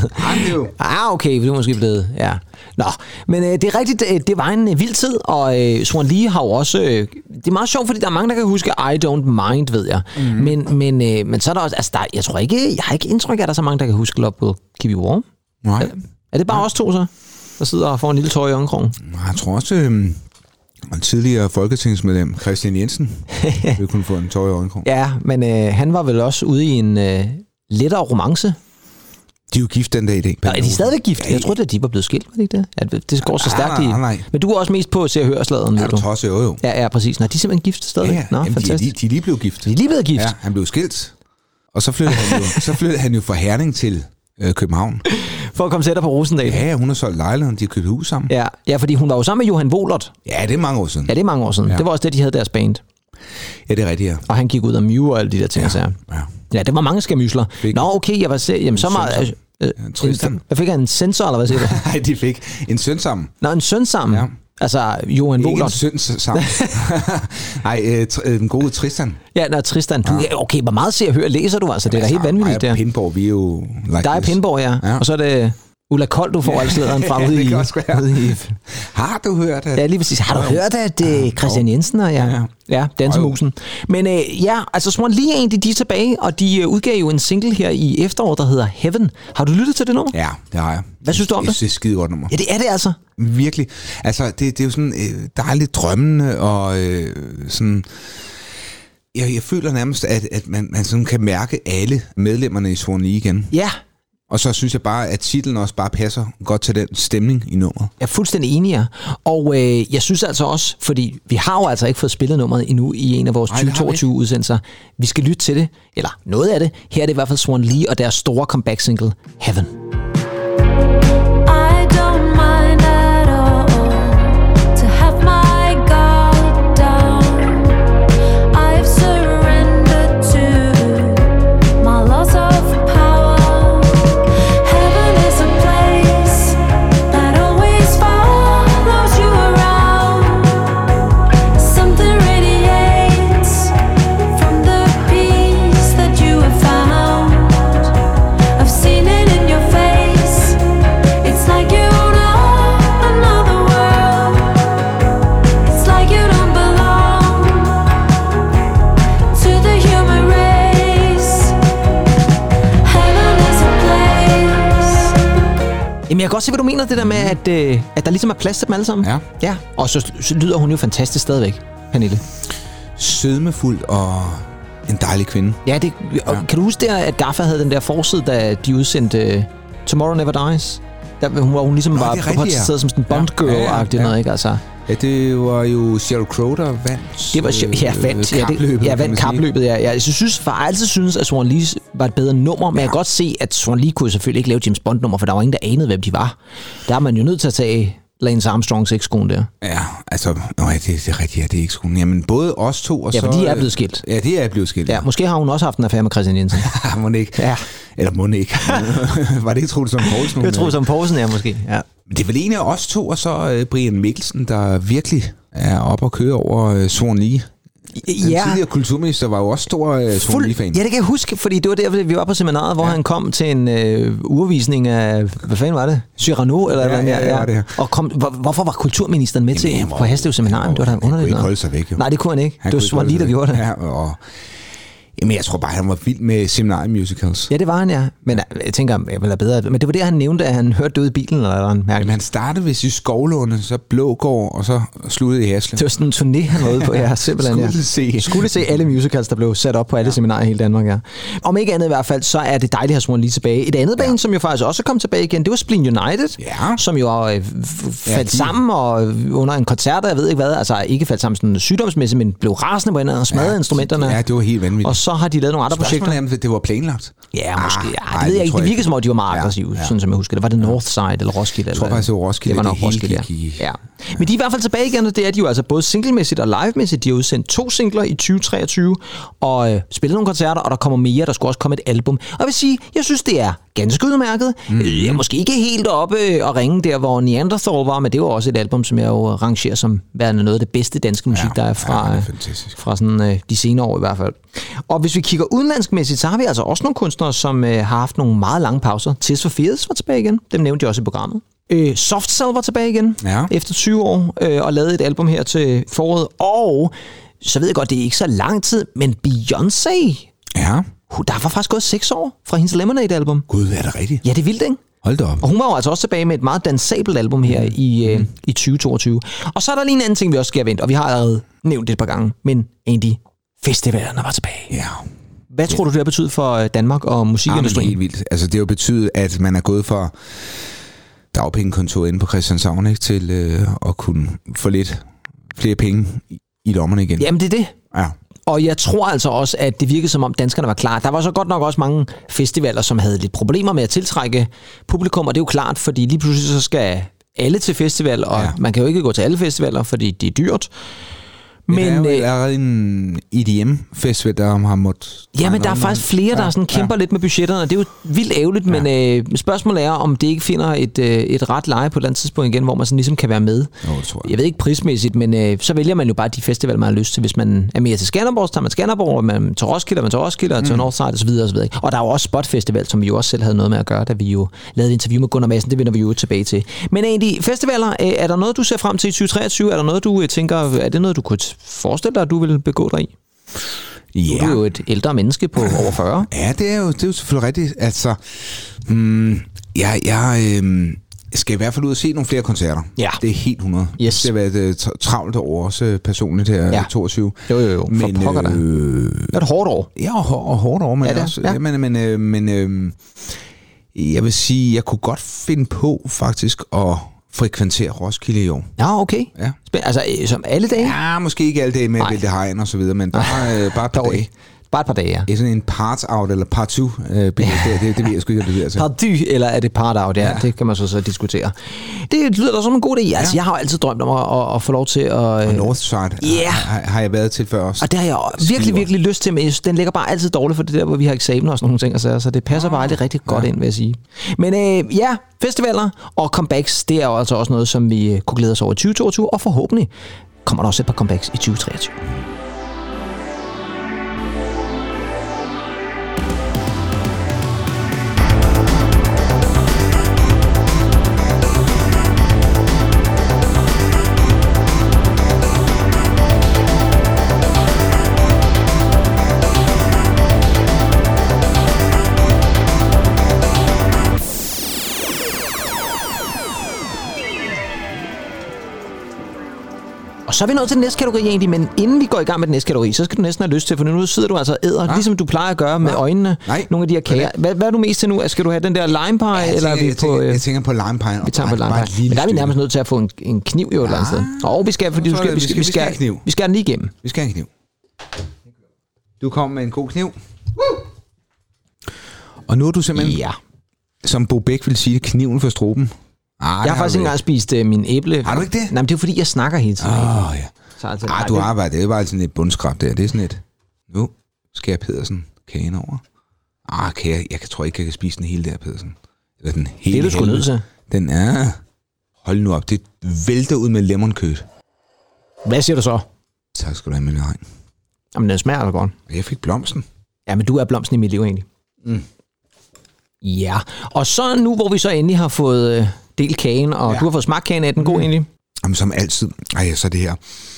Ah, okay, det er måske blevet, ja. Nå, men øh, det er rigtigt, det, det var en øh, vild tid, og øh, Swan Lee har jo også, øh, det er meget sjovt, fordi der er mange, der kan huske I Don't Mind, ved jeg. Mm-hmm. Men, men, øh, men så er der også, altså der, jeg tror ikke, jeg har ikke indtryk af, at der er så mange, der kan huske Love Will Keep You Warm. Nej. Er, er det bare Nej. os to så, der sidder og får en lille tår i øjenkrogen? Jeg tror også, øh, en tidligere folketingsmedlem, Christian Jensen, ville kunne få en tår i øjenkrogen. Ja, men øh, han var vel også ude i en øh, lettere romance. De er jo gift den dag i dag. Nå, er de stadigvæk gift? Ja, jeg troede, at de var blevet skilt, var det ikke det? Ja, det går så stærkt i. Nej, nej. Men du er også mest på at se og høre slaget. Ja, du tosser jo jo. Ja, ja, præcis. Nå, de er simpelthen gift stadigvæk. Ja, Nå, jamen, fantastisk. De, de er lige blevet gift. De er lige blevet gift? Ja, han blev skilt. Og så flyttede, han, jo, så flyttede han jo fra Herning til øh, København. For at komme tættere på Rosendal. Ja, hun har solgt lejligheden, de har købt hus sammen. Ja, ja, fordi hun var jo sammen med Johan Wohlert. Ja, det er mange år siden. Ja, det er mange år siden. Ja. Det var også det, de havde deres band. Ja, det er rigtigt, ja. Og han gik ud af Mew og alle de der ting, ja. så ja. Ja. Ja, det var mange skamysler. Fik Nå, okay, jeg var se, jamen så meget... Øh, Tristan. Hvad fik han? En sensor, eller hvad siger du? Nej, de fik en søn sammen. Nå, en søn sammen? Ja. Altså, Johan Wohlert. Ikke en søn sammen. Nej, øh, tr- den gode Tristan. Ja, nå, Tristan. Du, ja. Okay, hvor meget ser og hører læser du? Altså, det er da helt vanvittigt, der. Pindborg, vi er jo... Like der er Pindborg, ja. ja. Og så er det... Ulla Kold, du får ja. alt slæderen fra ude, i, ude i... Har du hørt det? Ja, lige præcis. Har du ja. hørt, at uh, Christian Jensen og ja, ja. ja dansemusen. Men uh, ja, altså Swan Lee er egentlig, de er tilbage, og de uh, udgav jo en single her i efteråret, der hedder Heaven. Har du lyttet til det nummer? Ja, det har jeg. Hvad synes du om det? Det er et skide godt nummer. Ja, det er det altså. Virkelig. Altså, det, det er jo sådan øh, dejligt drømmende, og øh, sådan... Jeg, jeg føler nærmest, at, at man, man sådan kan mærke alle medlemmerne i Swan Lee igen. Ja. Og så synes jeg bare, at titlen også bare passer godt til den stemning i nummeret. Jeg er fuldstændig enig, ja. Og øh, jeg synes altså også, fordi vi har jo altså ikke fået spillet nummeret endnu i en af vores tyve toogtyve-udsendelser. Vi skal lytte til det, eller noget af det. Her er det i hvert fald Swan Lee og deres store comeback-single, Heaven. Jamen, jeg kan godt se, hvad du mener, det der med, at, øh, at der ligesom er plads til dem alle sammen. Ja. Ja. Og så, så lyder hun jo fantastisk stadigvæk, Pernille. Sødmefuld og en dejlig kvinde. Ja, det, og ja. Kan du huske der, at Gaffa havde den der forside, da de udsendte uh, Tomorrow Never Dies? Der, hun var hun ligesom Nå, var portrætteret ja. som sådan en Bond-girl-agtig ja, ja, ja. noget, ikke? Altså. Ja, det var jo Sheryl Crow, der vandt. Det var ja, vandt øh, kapløbet. Ja, vandt kapløbet, ja. Jeg synes, for jeg altid synes, at Swan Lee var et bedre nummer, men ja. jeg kan godt se, at Swan Lee kunne selvfølgelig ikke lave James Bond-nummer, for der var ingen, der anede, hvem de var. Der er man jo nødt til at tage Lance Armstrongs ekskone der. Ja, altså, nej, det, det er rigtigt, ja, det er ekskonen. Jamen, både os to og ja, så... Ja, for de er blevet skilt. Ja, de er blevet skilt. Ja, måske har hun også haft en affære med Christian Jensen. Må ikke. Ja. Eller må ikke. Var det ikke Troels Lund Poulsen? Det var Troels Lund Poulsen, ja, måske. Ja. Det er vel en af os to, og så øh, Brian Mikkelsen, der virkelig er oppe og køre over øh, Swan Lee. Den Ja. tidligere kulturminister var jo også stor øh, Swan Lee-fan. Ja, det kan jeg huske, fordi det var der, vi var på seminaret, hvor ja. han kom til en øh, urvisning af, hvad fanden var det? Cyrano, eller Ja, hvad? ja, ja, det her. Og kom, hvor, hvorfor var kulturministeren med til Jamen, på Haslev Seminarium? Det var da han kunne underligt. ikke noget. holde sig væk, jo. Nej, det kunne han ikke. Han det var kunne ikke Swan holde Lee, der sig gjorde det. væk. Ja, og jamen, jeg tror bare, han var vild med seminariemusicals. Ja, det var han, ja. Men jeg tænker, jeg vil have bedre. Men det var det, han nævnte, at han hørte det ude i bilen, eller hvad? Jamen, han startede vist i Skovlunde, så Blågård, og så sluttede i Haslev. Det var sådan en turné, han var ude på, ja, simpelthen. Skulle ja. se. Skulle se alle musicals, der blev sat op på alle ja. seminarer i hele Danmark, ja. Om ikke andet i hvert fald, så er det dejligt at have Swan Lee tilbage. Et andet band, ja. som jo faktisk også kom tilbage igen, det var Spleen United, Ja. som jo øh, faldt Ja, de- sammen og under en koncert, jeg ved ikke hvad, altså ikke faldt sammen sådan sygdomsmæssigt, men blev rasende på hinanden og smadrede Ja, instrumenterne. Ja, det var helt vanvittigt. Og så har de lavet nogle andre projekter. Spørgsmålet er, om det var planlagt. Ja, måske. Ah, Ja, nej, det ved jeg ikke. tror Det jeg virker som om, de var meget Ja, aggressive, ja. sådan som jeg husker det. Var det Northside eller Roskilde? Jeg tror eller? faktisk, det var Roskilde. Det var nok hele Roskilde, ja. gik i- ja. Men de er i hvert fald tilbage igen, og det er de jo altså både singlemæssigt og live-mæssigt. De har udsendt to singler i tyve treogtyve, og øh, spillet nogle koncerter, og der kommer mere. Der skulle også komme et album. Og jeg vil sige, jeg synes, det er ganske udmærket. Mm. Jeg er måske ikke helt oppe og ringe der, hvor Neanderthal var, men det var også et album, som jeg jo rangerer som værende noget af det bedste danske musik, Ja, der er fra, ja, det er øh, fantastisk. fra sådan, øh, de senere år i hvert fald. Og hvis vi kigger udenlandskmæssigt, så har vi altså også nogle kunstnere, som øh, har haft nogle meget lange pauser. Tears for Fears var tilbage igen. Dem nævnte jeg også i programmet. Øh, Soft Cell var tilbage igen Ja. efter tyve år øh, og lavede et album her til foråret. Og så ved jeg godt, det er ikke så lang tid, men Beyoncé, Ja. hun- der var faktisk gået seks år fra hendes Lemonade-album. Gud, er det rigtigt? Ja, det er vildt, ikke? Hold da op. Og hun var jo altså også tilbage med et meget dansabelt album her mm. i, øh, i tyve toogtyve. Og så er der lige en anden ting, vi også skal have vendt, og vi har allerede nævnt det et par gange, men egentlig festivalerne var tilbage. Ja. Hvad tror du, det har betydet for øh, Danmark og Jamen, musikindustrien? helt vildt. Altså, det har jo betydet, at man er gået fra dagpengekontoret inde på Christianshavn, ikke, til øh, at kunne få lidt flere penge i, i lommerne igen. Jamen, det er det. Ja. Og jeg tror altså også, at det virkede som om danskerne var klar. Der var så godt nok også mange festivaler, som havde lidt problemer med at tiltrække publikum, og det er jo klart, fordi lige pludselig så skal alle til festival, og Ja. man kan jo ikke gå til alle festivaler, fordi det er dyrt. Men, Men der er jo øh, allerede en E D M-festival, der har måttet... ja, men der er faktisk flere, der Ja, sådan kæmper ja. lidt med budgetterne, og det er jo vildt ærgerligt, ja. men øh, spørgsmålet er, om det ikke finder et, øh, et ret leje på et eller andet tidspunkt igen, hvor man sådan ligesom kan være med. Jo, det tror jeg. Jeg ved ikke prismæssigt, men øh, så vælger man jo bare de festivaler, man har lyst til. Hvis man er mere til Skanderborg, så tager man Skanderborg, og man til Roskilde, man til Roskilde, og til Northside osv. osv. Og der er jo også Spot Festival, som vi jo også selv havde noget med at gøre, da vi jo lavede et interview med Gunnar Madsen. Det vender vi jo tilbage til. Men egentlig, festivaler, øh, er der noget, du ser frem til i tyve treogtyve? Er der noget, du øh, tænker, er det noget, du kunne forestille dig, at du vil begå dig i? Ja. Du er jo et ældre menneske på over fyrre. Ja, det er jo, det er jo selvfølgelig rigtigt. Altså, hmm, jeg, jeg øh, skal i hvert fald ud og se nogle flere koncerter. Ja. Det er helt hundrede. Yes. Det har været et travlt år også øh, personligt her, Ja. ja. toogtyve. Jo, jo, jo. For Men, pokker dig. øh, Det er et hårdt år. ja, og, hår- og hårdt over, men, Ja, det er- også, ja. ja. men, men, øh, men øh, jeg vil sige, jeg kunne godt finde på faktisk at frekventere Roskilde i år. Ja, okay. Ja. Spæ- altså, øh, som alle dage? Ja, måske ikke alle dage med Nej. Vælde Hegn og så videre, men bare, øh, bare et par Dog dage. ikke. Bare et par dage, ja. Det er sådan en part-out eller part-two øh, billet. det, det, det ved jeg sgu ikke, hvad det bliver til. Party, eller er det part-out? Ja, ja, det kan man så, så diskutere. Det lyder da som en god idé. Altså, Ja. jeg har jo altid drømt om at, at, at få lov til at... Og Northside Ja. har, har jeg været til før også. Og det har jeg virkelig, Skiver. virkelig lyst til, men jeg synes, den ligger bare altid dårligt for det der, hvor vi har eksamener og sådan nogle ting, og så, så det passer bare aldrig rigtig godt ind, vil jeg sige. Men øh, ja, festivaler og comebacks, det er jo altså også noget, som vi øh, kunne glæde os over i tyve toogtyve, og forhåbentlig kommer der også et par comebacks i tyve treogtyve. Og så er vi nået til den næste kategori egentlig, men inden vi går i gang med den næste kategori, så skal du næsten have lyst til, for nu sidder du altså og æder, ja. ligesom du plejer at gøre med Ja. øjnene, Nej. nogle af de her kager. Hvad, hvad er du mest til nu? Skal du have den der lime pie, jeg, eller er tænker, vi jeg, på... tænker, øh, jeg tænker på lime pie. vi tager på Bare- lime bare et pie. lille Men der er vi stykke. nærmest nødt til at få en, en kniv jo et eller andet sted. Og vi skal, fordi Jeg du tror, skal, det- vi skal, vi skal, have kniv. vi skal den lige igennem. Vi skal have en kniv. Du kommer med en god kniv. Woo! Og nu er du simpelthen, Ja. som Bo Bæk vil sige, kniven for struben. Ah, Jeg har faktisk ikke engang spist uh, min æble. Har du ikke det? Nej, men det er fordi, jeg snakker hele tiden. Åh, oh, ja. Så altså, Ah, nej, du det- arbejder. Det er bare sådan et bundskrab der. Det er sådan et... Nu skal jeg Pedersen kagen over. Ah, kan jeg, jeg tror ikke, jeg kan spise den hele der, Pedersen. Eller den hele Det er du sgu halve. nødt til. Den er... Hold nu op, det vælter ud med lemon curd. Hvad siger du så? Tak skal du have, min dreng. Jamen, den smager da godt. Jeg fik blomsten. Ja, men du er blomsten i mit liv egentlig. Mm. Ja, og så nu, hvor vi så endelig har fået øh, delt kagen, og ja. du har fået smagt kagen, er den god mm. egentlig? Jamen, som altid. Ej, så det her.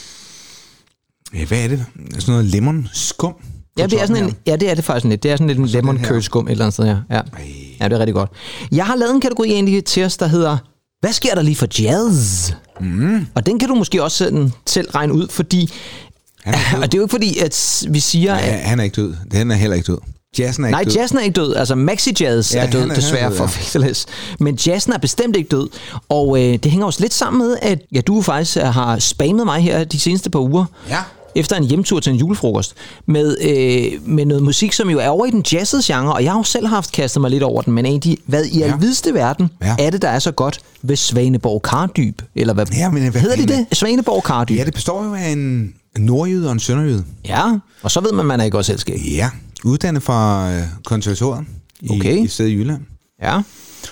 Ja, hvad er det? Sådan noget lemon skum? Ja, det er sådan en, ja, det er det faktisk lidt. Det er sådan lidt en lemon curd skum et eller andet sted her. Ja. ja, det er rigtig godt. Jeg har lavet en kategori egentlig til os, der hedder, hvad sker der lige for jazz? Mm. Og den kan du måske også sådan, selv regne ud, fordi... Og det er jo ikke fordi, at vi siger... Ja, han er ikke død. Den er heller ikke død. Jazzen er ikke Nej, død. jazzen er ikke død. Altså, maxi-jazz ja, er død, er, desværre død, ja. for Faithless. Men jazzen er bestemt ikke død. Og øh, det hænger også lidt sammen med, at ja, du faktisk har spammet mig her de seneste par uger. Ja. Efter en hjemtur til en julefrokost, med, øh, med noget musik, som jo er over i den jazzede genre, og jeg har jo selv haft kastet mig lidt over den, men egentlig, hvad i ja. alvidste verden ja. er det, der er så godt ved Svaneborg Kardyb? Eller hvad, ja, men, hvad hedder det det? Svaneborg Kardyb? Ja, det består jo af en nordjyde og en sønderjyde. Ja, og så ved man, at man er i godt selskab. Ja, uddannet fra øh, konservatoriet okay. i, i stedet i Jylland. Ja.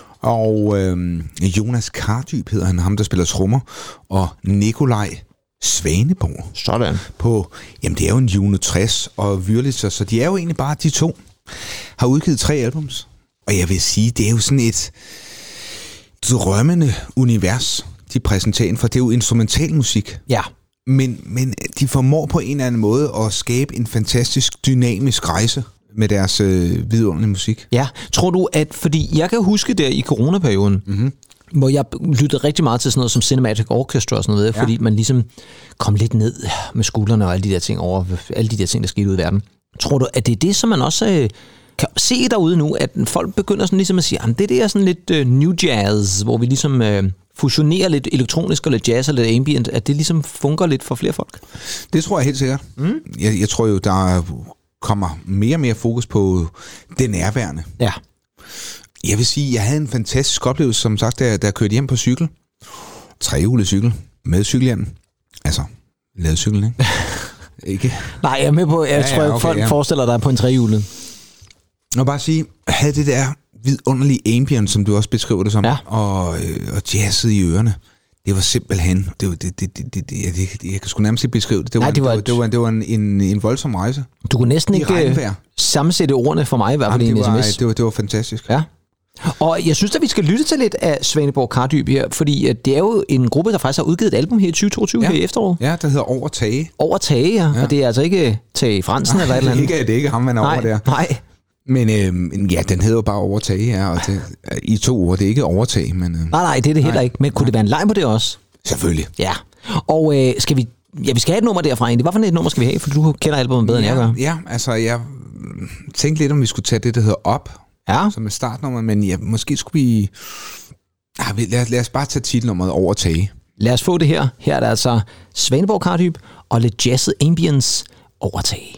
Og øh, Jonas Kardyb hedder han, ham der spiller trommer, og Nikolaj Svaneborg. Sådan. På, jamen det er jo en Juno tres og Vyrlitzer, så de er jo egentlig bare de to. Har udgivet tre albums. Og jeg vil sige, det er jo sådan et drømmende univers, de præsenterer, for det er jo instrumental musik. Ja. Men, men de formår på en eller anden måde at skabe en fantastisk dynamisk rejse med deres øh, vidunderlige musik. Ja, tror du, at, fordi jeg kan huske der i coronaperioden, mm-hmm. hvor jeg lyttede rigtig meget til sådan noget som Cinematic Orchestra og sådan noget, ja. fordi man ligesom kom lidt ned med skuldrene og alle de der ting over, alle de der ting, der skete ud i verden. Tror du, at det er det, som man også øh, kan se derude nu, at folk begynder sådan ligesom at sige, at det der er sådan lidt øh, new jazz, hvor vi ligesom øh, fusionerer lidt elektronisk og lidt jazz og lidt ambient, at det ligesom fungerer lidt for flere folk? Det tror jeg helt sikkert. Mm. Jeg, jeg tror jo, der kommer mere og mere fokus på det nærværende. Ja. Jeg vil sige, jeg havde en fantastisk oplevelse, som sagt, da jeg, da jeg kørte hjem på cykel. Trehjulet cykel med cykelhjelmen. Altså, lavet cykel, ikke? Ikke? Nej, jeg er med på, jeg ja, tror, ja, okay, folk ja. forestiller dig på en trehjulet. Og bare sige, havde det der vidunderlige ambient, som du også beskriver det som, ja. og, øh, og jazzet i ørerne. Det var simpelthen, det var, det, det, det, det, jeg, det, jeg kan sgu nærmest ikke beskrive det. Det var, Nej, det var, en, det var, det var en, en, en voldsom rejse. Du kunne næsten ikke sammensætte ordene for mig, i hvert fald i en var, sms. Det var, det var fantastisk. Ja. Og jeg synes, at vi skal lytte til lidt af Svaneborg Kardyb her, fordi det er jo en gruppe, der faktisk har udgivet et album her i tyve toogtyve, ja. her i efteråret. Ja, der hedder Over Tage. Over Tage, ja. ja. Og det er altså ikke Tage Fransen nej, eller et eller andet. Nej, det er ikke ham, man er nej, over der. Nej, Men øh, ja, den hedder jo bare Overtage, ja, og det, i to ord, det er ikke Overtage, men... Øh, nej, nej, det er det heller nej, ikke. Men kunne nej. det være en leg på det også? Selvfølgelig. Ja, og øh, skal vi... Ja, vi skal have et nummer derfra egentlig. Hvad for et nummer skal vi have? For du kender albumet bedre, ja, end jeg gør. Ja, altså jeg tænkte lidt, om vi skulle tage det, der hedder Op, ja. som er startnummer, men ja, måske skulle vi... Ja, lad, lad os bare tage titelnummeret Overtage. Lad os få det her. Her er der altså Svaneborg Kardyb og lidt jazzet ambience Overtage.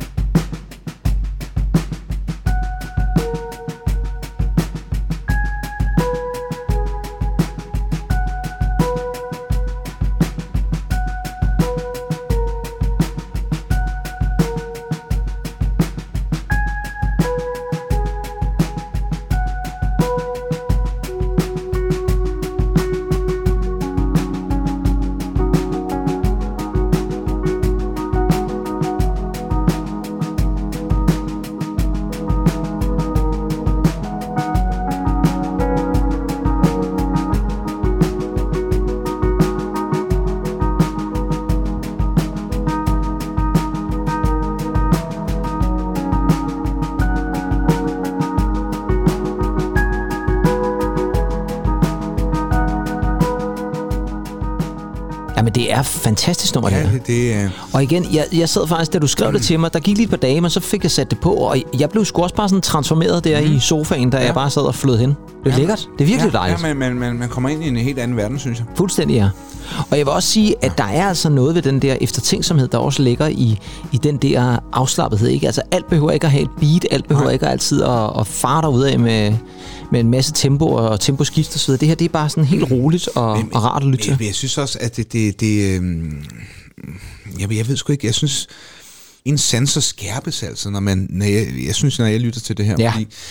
Det er fantastisk nummer, ja, det her. Det er... Og igen, jeg, jeg sad faktisk, da du skrev det til mig, der gik lige et par dage, men så fik jeg sat det på, og jeg blev sgu også bare sådan transformeret der mm. i sofaen, da ja. jeg bare sad og flød hen. Det er ja. lækkert. Det er virkelig ja, dejligt. Ja, men man, man, man kommer ind i en helt anden verden, synes jeg. Fuldstændig, ja. Og jeg vil også sige, at der er altså noget ved den der eftertænksomhed, der også ligger i, i den der afslappethed. Ikke? Altså, alt behøver ikke at have et beat, alt behøver Nej. ikke altid at, at fare derudad med... med en masse tempo og temposkift og så videre. Det her, det er bare sådan helt roligt og, men, og rart at lytte til. Men jeg synes også, at det... det, det øhm, jeg, jeg ved sgu ikke, jeg synes... En sanser skærpes altså, når man... Når jeg, jeg synes, når jeg lytter til det her, ja. fordi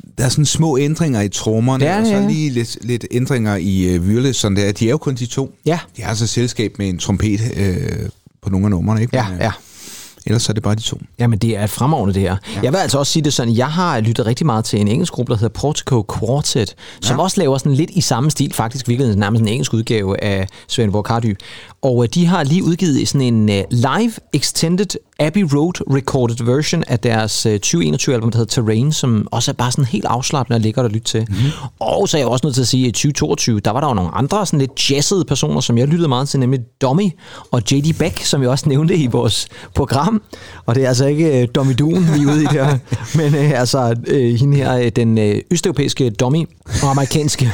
der er sådan små ændringer i trommerne, ja, ja, ja. og så lige lidt, lidt ændringer i uh, Vyrle, sådan der. De er jo kun de to. Ja. De har så selskab med en trompet øh, på nogle af numrene, ikke? Ja, Men, øh, ja. Ellers er det bare de to. Jamen, det er et fremragende, det her. Ja. Jeg vil altså også sige det sådan, jeg har lyttet rigtig meget til en engelsk gruppe, der hedder Portico Quartet, som ja. også laver sådan lidt i samme stil, faktisk virkelig nærmest en engelsk udgave af Svendborg Kardy. Og de har lige udgivet sådan en live extended Abbey Road recorded version af deres tyve enogtyve album, der hedder Terrain, som også er bare sådan helt afslappende og lækkert at lytte til. Mm-hmm. Og så er jeg også nødt til at sige, at i tyve toogtyve, der var der jo nogle andre sådan lidt jazzede personer, som jeg lyttede meget til, nemlig Dummy og J D Beck, som jeg også nævnte i vores program. Og det er altså ikke uh, Dummy Duen, vi er ude i der, men uh, altså uh, hende her, den uh, østeuropæiske Dummy og amerikanske...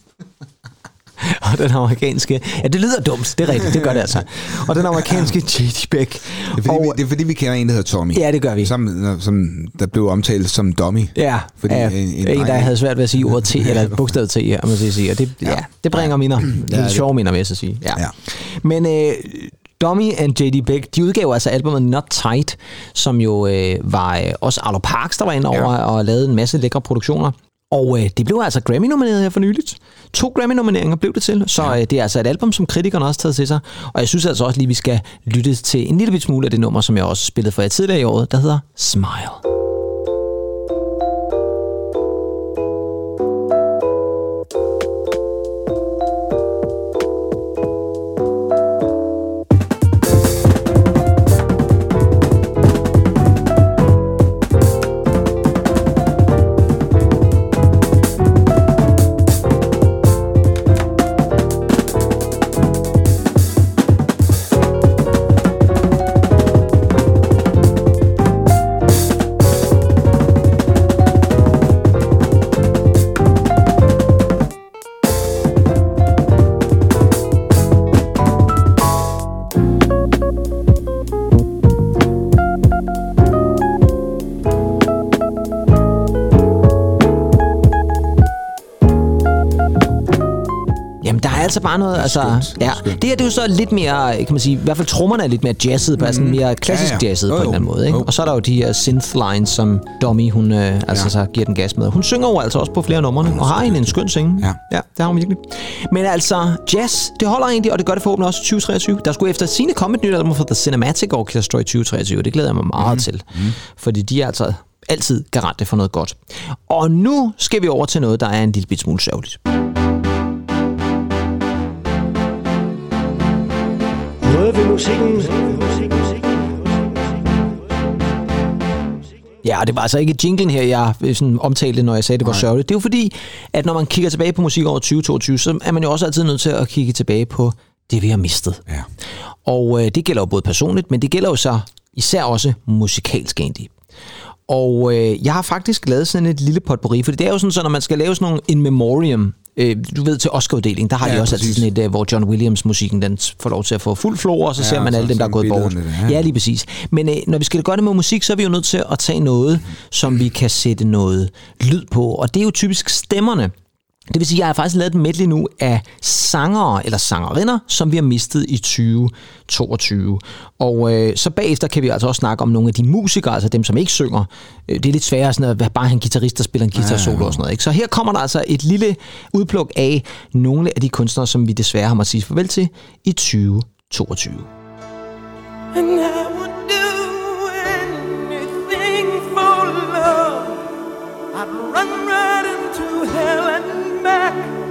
og den amerikanske... Ja, det lyder dumt, det er rigtigt, det gør det altså. Og den amerikanske J D Beck. Det er, fordi, og, vi, det er fordi, vi kender en, der hedder Tommy. Ja, det gør vi. Som, som der blev omtalt som Dummy. Ja, fordi ja en, en, en, der havde svært ved at sige ordet T, eller bogstavet T, om man skal sige. Og det, ja. Ja, det bringer minder. Ja, helt sjove minder, vil jeg så sige. Ja. Ja. Men... Øh, Dummy and J D Beck, de udgav altså albumet Not Tight, som jo øh, var øh, også Arlo Parks, der var inde over ja. og lavede en masse lækre produktioner. Og øh, det blev altså Grammy-nomineret her for nyligt. To Grammy-nomineringer blev det til, så øh, det er altså et album, som kritikerne også taget til sig. Og jeg synes altså også lige, vi skal lytte til en lille smule af det nummer, som jeg også spillede for jer tidligere i året, der hedder Smile. Altså bare noget, altså, skønt, ja. Skønt. Det her, det er jo så lidt mere, kan man sige, i hvert fald trommerne er lidt mere jazzet, mm. sådan mere klassisk ja, ja. jazzet oh, på en eller anden måde, ikke? Oh. Og så er der jo de her synth lines, som Dummy, hun øh, altså ja. så giver den gas med. Hun synger jo altså også på flere numrene, og har egentlig en skøn synge. Ja. Ja, det har hun virkelig. Men altså, jazz, det holder egentlig, og det gør det forhåbentlig også i tyve treogtyve. Der skulle efter sine komme et nyt album for The Cinematic Orchestra i tyve treogtyve, det glæder jeg mig meget mm. til. Mm. Fordi de er altså altid garante for noget godt. Og nu skal vi over til noget, der er en lille bit smule sørgeligt. Røde ved musikken. Ja, det var altså ikke jinglen her, jeg sådan omtalte, når jeg sagde, det var sørgeligt. Det er jo fordi, at når man kigger tilbage på musik over tyve toogtyve, så er man jo også altid nødt til at kigge tilbage på det, vi har mistet. Ja. Og øh, det gælder jo både personligt, men det gælder jo så især også musikalsk egentlig. Og øh, jeg har faktisk lavet sådan et lille potpourri, for det er jo sådan, så når man skal lave sådan nogle in memoriam, øh, du ved til Oscar-uddelingen, der har ja, de også altid sådan et, øh, hvor John Williams-musikken, den får lov til at få fuld flor, og så ja, ser man alle dem, der er gået bort. Det, ja. ja, lige præcis. Men øh, når vi skal gøre det med musik, så er vi jo nødt til at tage noget, som vi kan sætte noget lyd på, og det er jo typisk stemmerne. Det vil sige, at jeg har faktisk lavet et medley nu af sangere eller sangerinder, som vi har mistet i tyve toogtyve. Og øh, så bagefter kan vi altså også snakke om nogle af de musikere, altså dem, som ikke synger. Det er lidt sværere sådan at bare en guitarist, der spiller en guitar-solo og sådan noget. Ikke? Så her kommer der altså et lille udpluk af nogle af de kunstnere, som vi desværre har måttet sige farvel til i tyve toogtyve. And I would do anything for love. I'd run right into hell and back.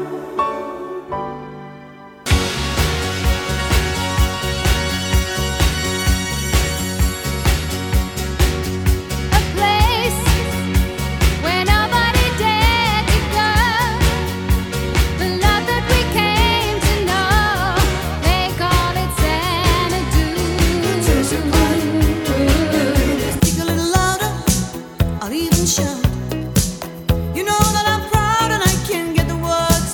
A place where nobody dared to go. The love that we came to know, they call it Xanadu. Speak a little louder, I'll even shout. You know that I'm proud and I can't get the words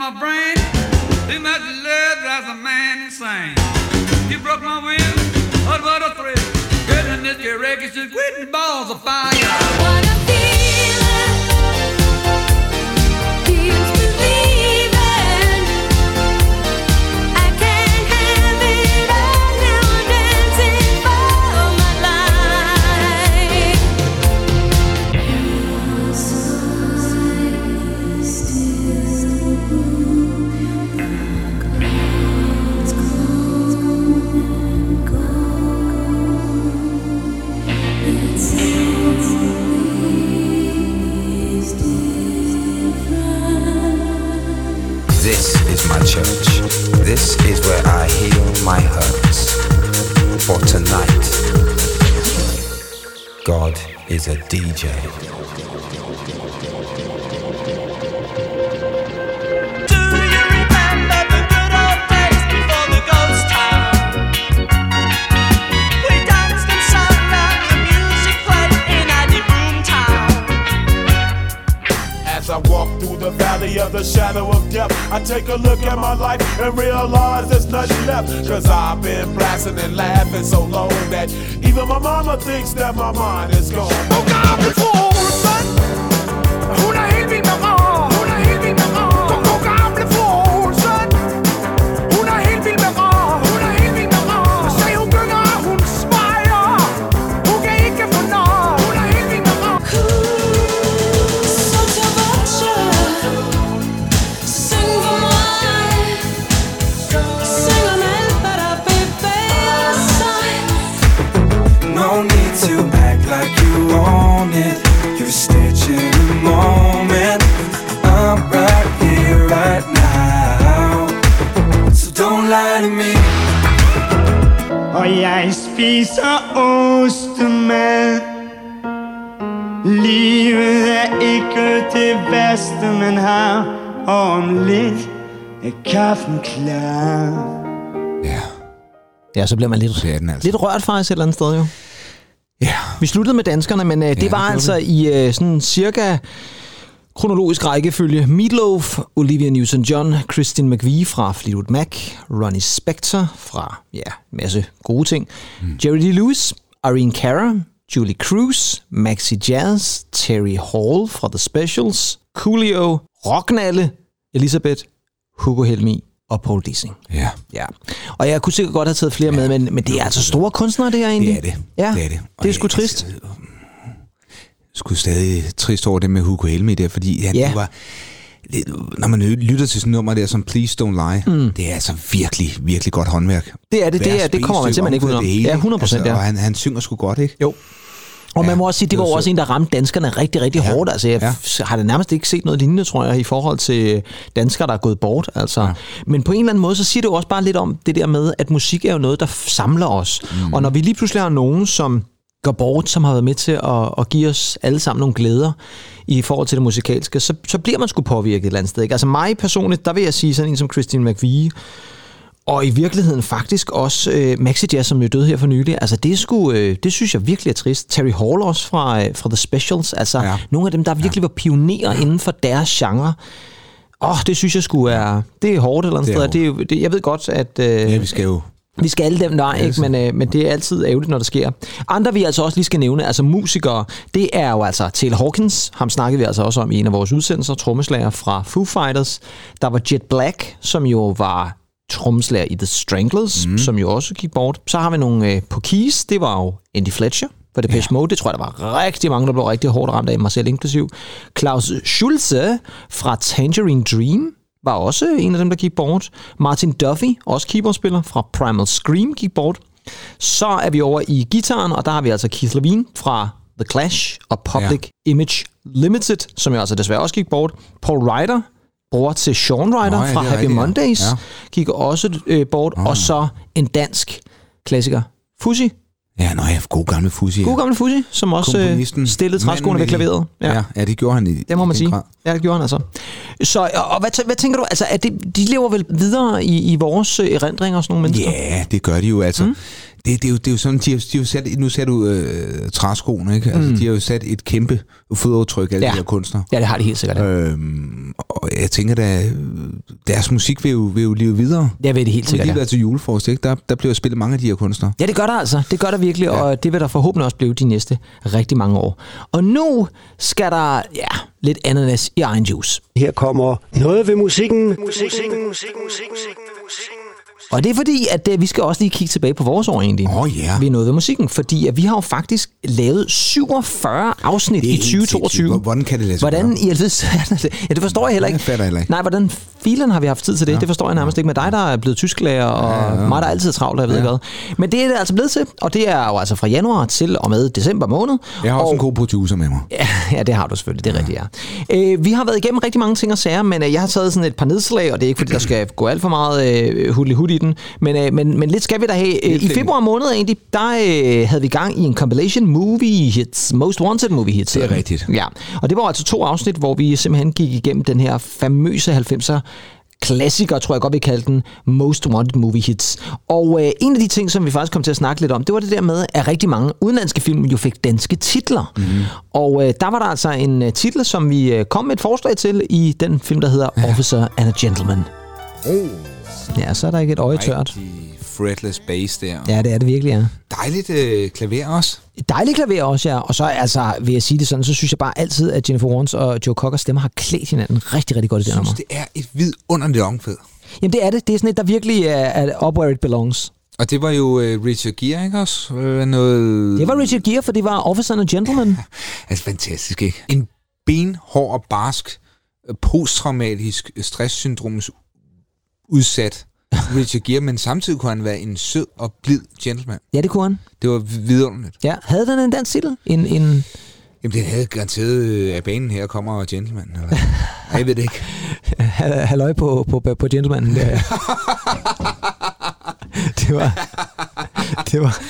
my brain. Too much love drives a man insane. You broke my will, what what a thrill. Getting this get wrecked, it's just quitting balls of fire. I wanna feel it. Feels believing. I can't have it all now. I'm dancing for my life. Your side is still blue. Clouds come and go. It seems to me is different. This is my church. This is where I heal my hurts. For tonight, God is a D J. Do you remember the good old days before the ghost town? We danced and sang and the music played in any boom town. As I walk through the valley of the shadow of death, I take a look at my life and realize there's nothing left. Cause I've been blasting and laughing so long that even my mama thinks that my mind is gone. Oh God, before Olsen, hun er helt vild med rar. Hun er helt vild med rar. Gå, gå, gamle fru Olsen, hun er helt vild med rar. Hun er helt vild med rar. Se, hun gynger, hun smejer. Hun kan ikke få nar. Hun er helt vild med rar. Sorte voksne, syng for mig. Syng om alt, hvad der bevæger sig. No need to act like you own it. You're stitching the moment. I'm right here, right now. So don't lie to me. Og jeg spiser ostemad. Livet er ikke det værste, man har. Og om lidt er kaffen klar. Ja, Ja, så bliver man lidt, det er den altså. lidt rørt faktisk et eller andet sted jo. Ja. Vi sluttede med danskerne, men øh, det det var gjorde altså i øh, sådan cirka kronologisk rækkefølge. Meatloaf, Olivia Newton-John, Christine McVie fra Fleetwood Mac, Ronnie Spector fra, ja, en masse gode ting, mm. Jerry Lee Lewis, Irene Cara, Julie Cruz, Maxi Jazz, Terry Hall fra The Specials, Coolio, Rocknalle, Elisabeth, Hugo Helmi og Paul Dissing. Ja. Ja. Og jeg kunne sikkert godt have taget flere ja. med, men, men det er altså store kunstnere, det her egentlig. Det er det. Ja, det er det. Og det er sgu jeg, trist. Jeg, jeg skulle stadig trist over det med Hugo Helmi der, fordi han, Ja. det var... Det, når man lytter til sådan et nummer der som Please Don't Lie, mm. det er altså virkelig, virkelig godt håndværk. Det er det, det, er, det kommer man simpelthen ikke ud om. Ja, hundrede procent. Altså, Ja. og han, han synger sgu godt, ikke? Jo. Og man Ja, må også sige, det det var var også sødt. en, der ramte danskerne rigtig, rigtig Ja. hårdt. Altså, jeg Ja. f- har da nærmest ikke set noget lignende, tror jeg, i forhold til danskere, der er gået bort. Altså. Ja. Men på en eller anden måde, så siger det jo også bare lidt om det der med, at musik er jo noget, der f- samler os. Mm. Og når vi lige pludselig har nogen, som går bort, som har været med til at, at give os alle sammen nogle glæder i forhold til det musikalske, så, så bliver man sgu påvirket et eller andet sted. Ikke? Altså mig personligt, der vil jeg sige sådan en som Christine McVie, og i virkeligheden faktisk også øh, Maxi Jazz, som jo døde her for nylig. Altså det er sgu, øh, det synes jeg virkelig er trist. Terry Hall også fra, øh, fra The Specials. Altså ja. Nogle af dem, der virkelig ja. var pionerer inden for deres genre. Åh, oh, det synes jeg sgu er... Det er hårdt et eller andet sted. Det er, jo- det, jeg ved godt, at... Øh, Ja, vi skal jo... vi skal alle dem, nej, ikke? Men, øh, men det er altid ærgerligt, når det sker. Andre, vi altså også lige skal nævne, altså musikere, det er jo altså Taylor Hawkins. Ham snakkede vi altså også om i en af vores udsendelser. Trommeslager fra Foo Fighters. Der var Jet Black, som jo var trommeslager i The Stranglers, mm. som jo også gik bort. Så har vi nogle øh, på keys. Det var jo Andy Fletcher for Depeche ja. Mode. Det tror jeg, der var rigtig mange, der blev rigtig hårdt ramt af, mig selv inklusiv. Klaus Schulze fra Tangerine Dream var også en af dem, der gik bort. Martin Duffy, også keyboardspiller fra Primal Scream, gik bort. Så er vi over i guitaren, og der har vi altså Keith Levine fra The Clash og Public ja. Image Limited, som jo altså desværre også gik bort. Paul Ryder, bror til Sean Ryder Nå, ja, fra Happy rigtigt, Mondays, ja. gik også øh, bort. Oh. Og så en dansk klassiker, Fuzzy. Ja, nå ja, god gamle Fuzzy. God gamle Fuzzy, som også øh, stillede træskoene ved klaveret. Ja. Ja, ja, det gjorde han i Det må man sige. Grad. Ja, det gjorde han altså. Så, og, og hvad, hvad tænker du? Altså, er det, de lever vel videre i, i vores erindringer og sådan nogle mennesker? Ja, det gør de jo altså. Mm. Det, det, er jo, det er jo sådan, de har, de har sat, nu ser du øh, træskoene, ikke? Altså, mm. de har jo sat et kæmpe fodaftryk, alle ja. de her kunstnere. Ja, det har de helt sikkert. Ja. Øhm, og, og jeg tænker da, deres musik vil jo, vil jo leve videre. Jeg ved det helt sikkert, ja. Det vil være til julefrokost, ikke? Der, der bliver spillet mange af de her kunstnere. Ja, det gør der altså. Det gør der virkelig, ja. Og det vil der forhåbentlig også blive de næste rigtig mange år. Og nu skal der, ja, lidt ananas i egen juice. Her kommer noget ved musikken. Musikken, musikken, musikken, musikken. Og det er fordi, at uh, vi skal også lige kigge tilbage på vores år egentlig. Åh oh, ja. Vi er noget ved musikken, fordi at vi har jo faktisk lavet syvogfyrre afsnit i tyve toogtyve. Hvordan kan det lade sig Hvordan i alved? Ja, det forstår jeg heller ikke. Det fatter jeg heller ikke. Nej, hvordan filen har vi haft tid til det? Ja. Det forstår jeg nærmest ikke med dig, der er blevet tysklærer, og ja, ja. mig, der er altid travlt, jeg ved ja. ikke hvad. Men det er det altså blevet til, og det er jo altså fra januar til og med december måned. Jeg har og... også en god producer med mig. Ja, ja, det har du selvfølgelig, det er ja. rigtigt, ja. Øh, vi har været igennem rigtig mange ting og sager, men øh, jeg har taget sådan et par nedslag, og det er ikke fordi, der skal gå alt for meget øh, hudlig-hud i den, men, øh, men, men lidt skal vi da have. Øh, I februar måned egentlig, der øh, havde vi gang i en compilation movie hits, Most Wanted movie hits. Det er rigtigt. Ja, og det var altså to afsnit, hvor vi simpelthen gik igennem den her famøse halvfemser klassiker, tror jeg godt, vi kaldte den, Most Wanted Movie Hits. Og øh, en af de ting, som vi faktisk kom til at snakke lidt om, det var det der med, at rigtig mange udenlandske film jo fik danske titler. Mm. Og øh, der var der altså en uh, titel, som vi uh, kom med et forslag til i den film, der hedder ja. Officer and a Gentleman. Oh. Ja, så er der ikke et øje tørt. Fretless bass der. Ja, det er det virkelig, ja. Dejligt øh, klaver også. Dejligt klaver også, ja. Og så altså, vil jeg sige det sådan, så synes jeg bare altid, at Jennifer Warnes og Joe Cockers stemmer har klædt hinanden rigtig, rigtig godt i det nummer. Jeg synes, det er et vidunderligt omkvæd. Jamen, det er det. Det er sådan et, der virkelig er, er up where it belongs. Og det var jo uh, Richard Gere, ikke også? Uh, noget... Det var Richard Gere, for det var Officer and a Gentleman. Altså, fantastisk, ikke? En benhård og barsk, posttraumatisk stresssyndroms udsat Richard Gere, men samtidig kunne han være en sød og blid gentleman. Ja, det kunne han. Det var vidunderligt. Ja, havde den en dansk titel? En, en... Jamen, den havde garanteret af banen her kommer gentleman. Eller? Jeg ved det ikke. Halløj på, på, på gentlemanen der. Det var... Det var...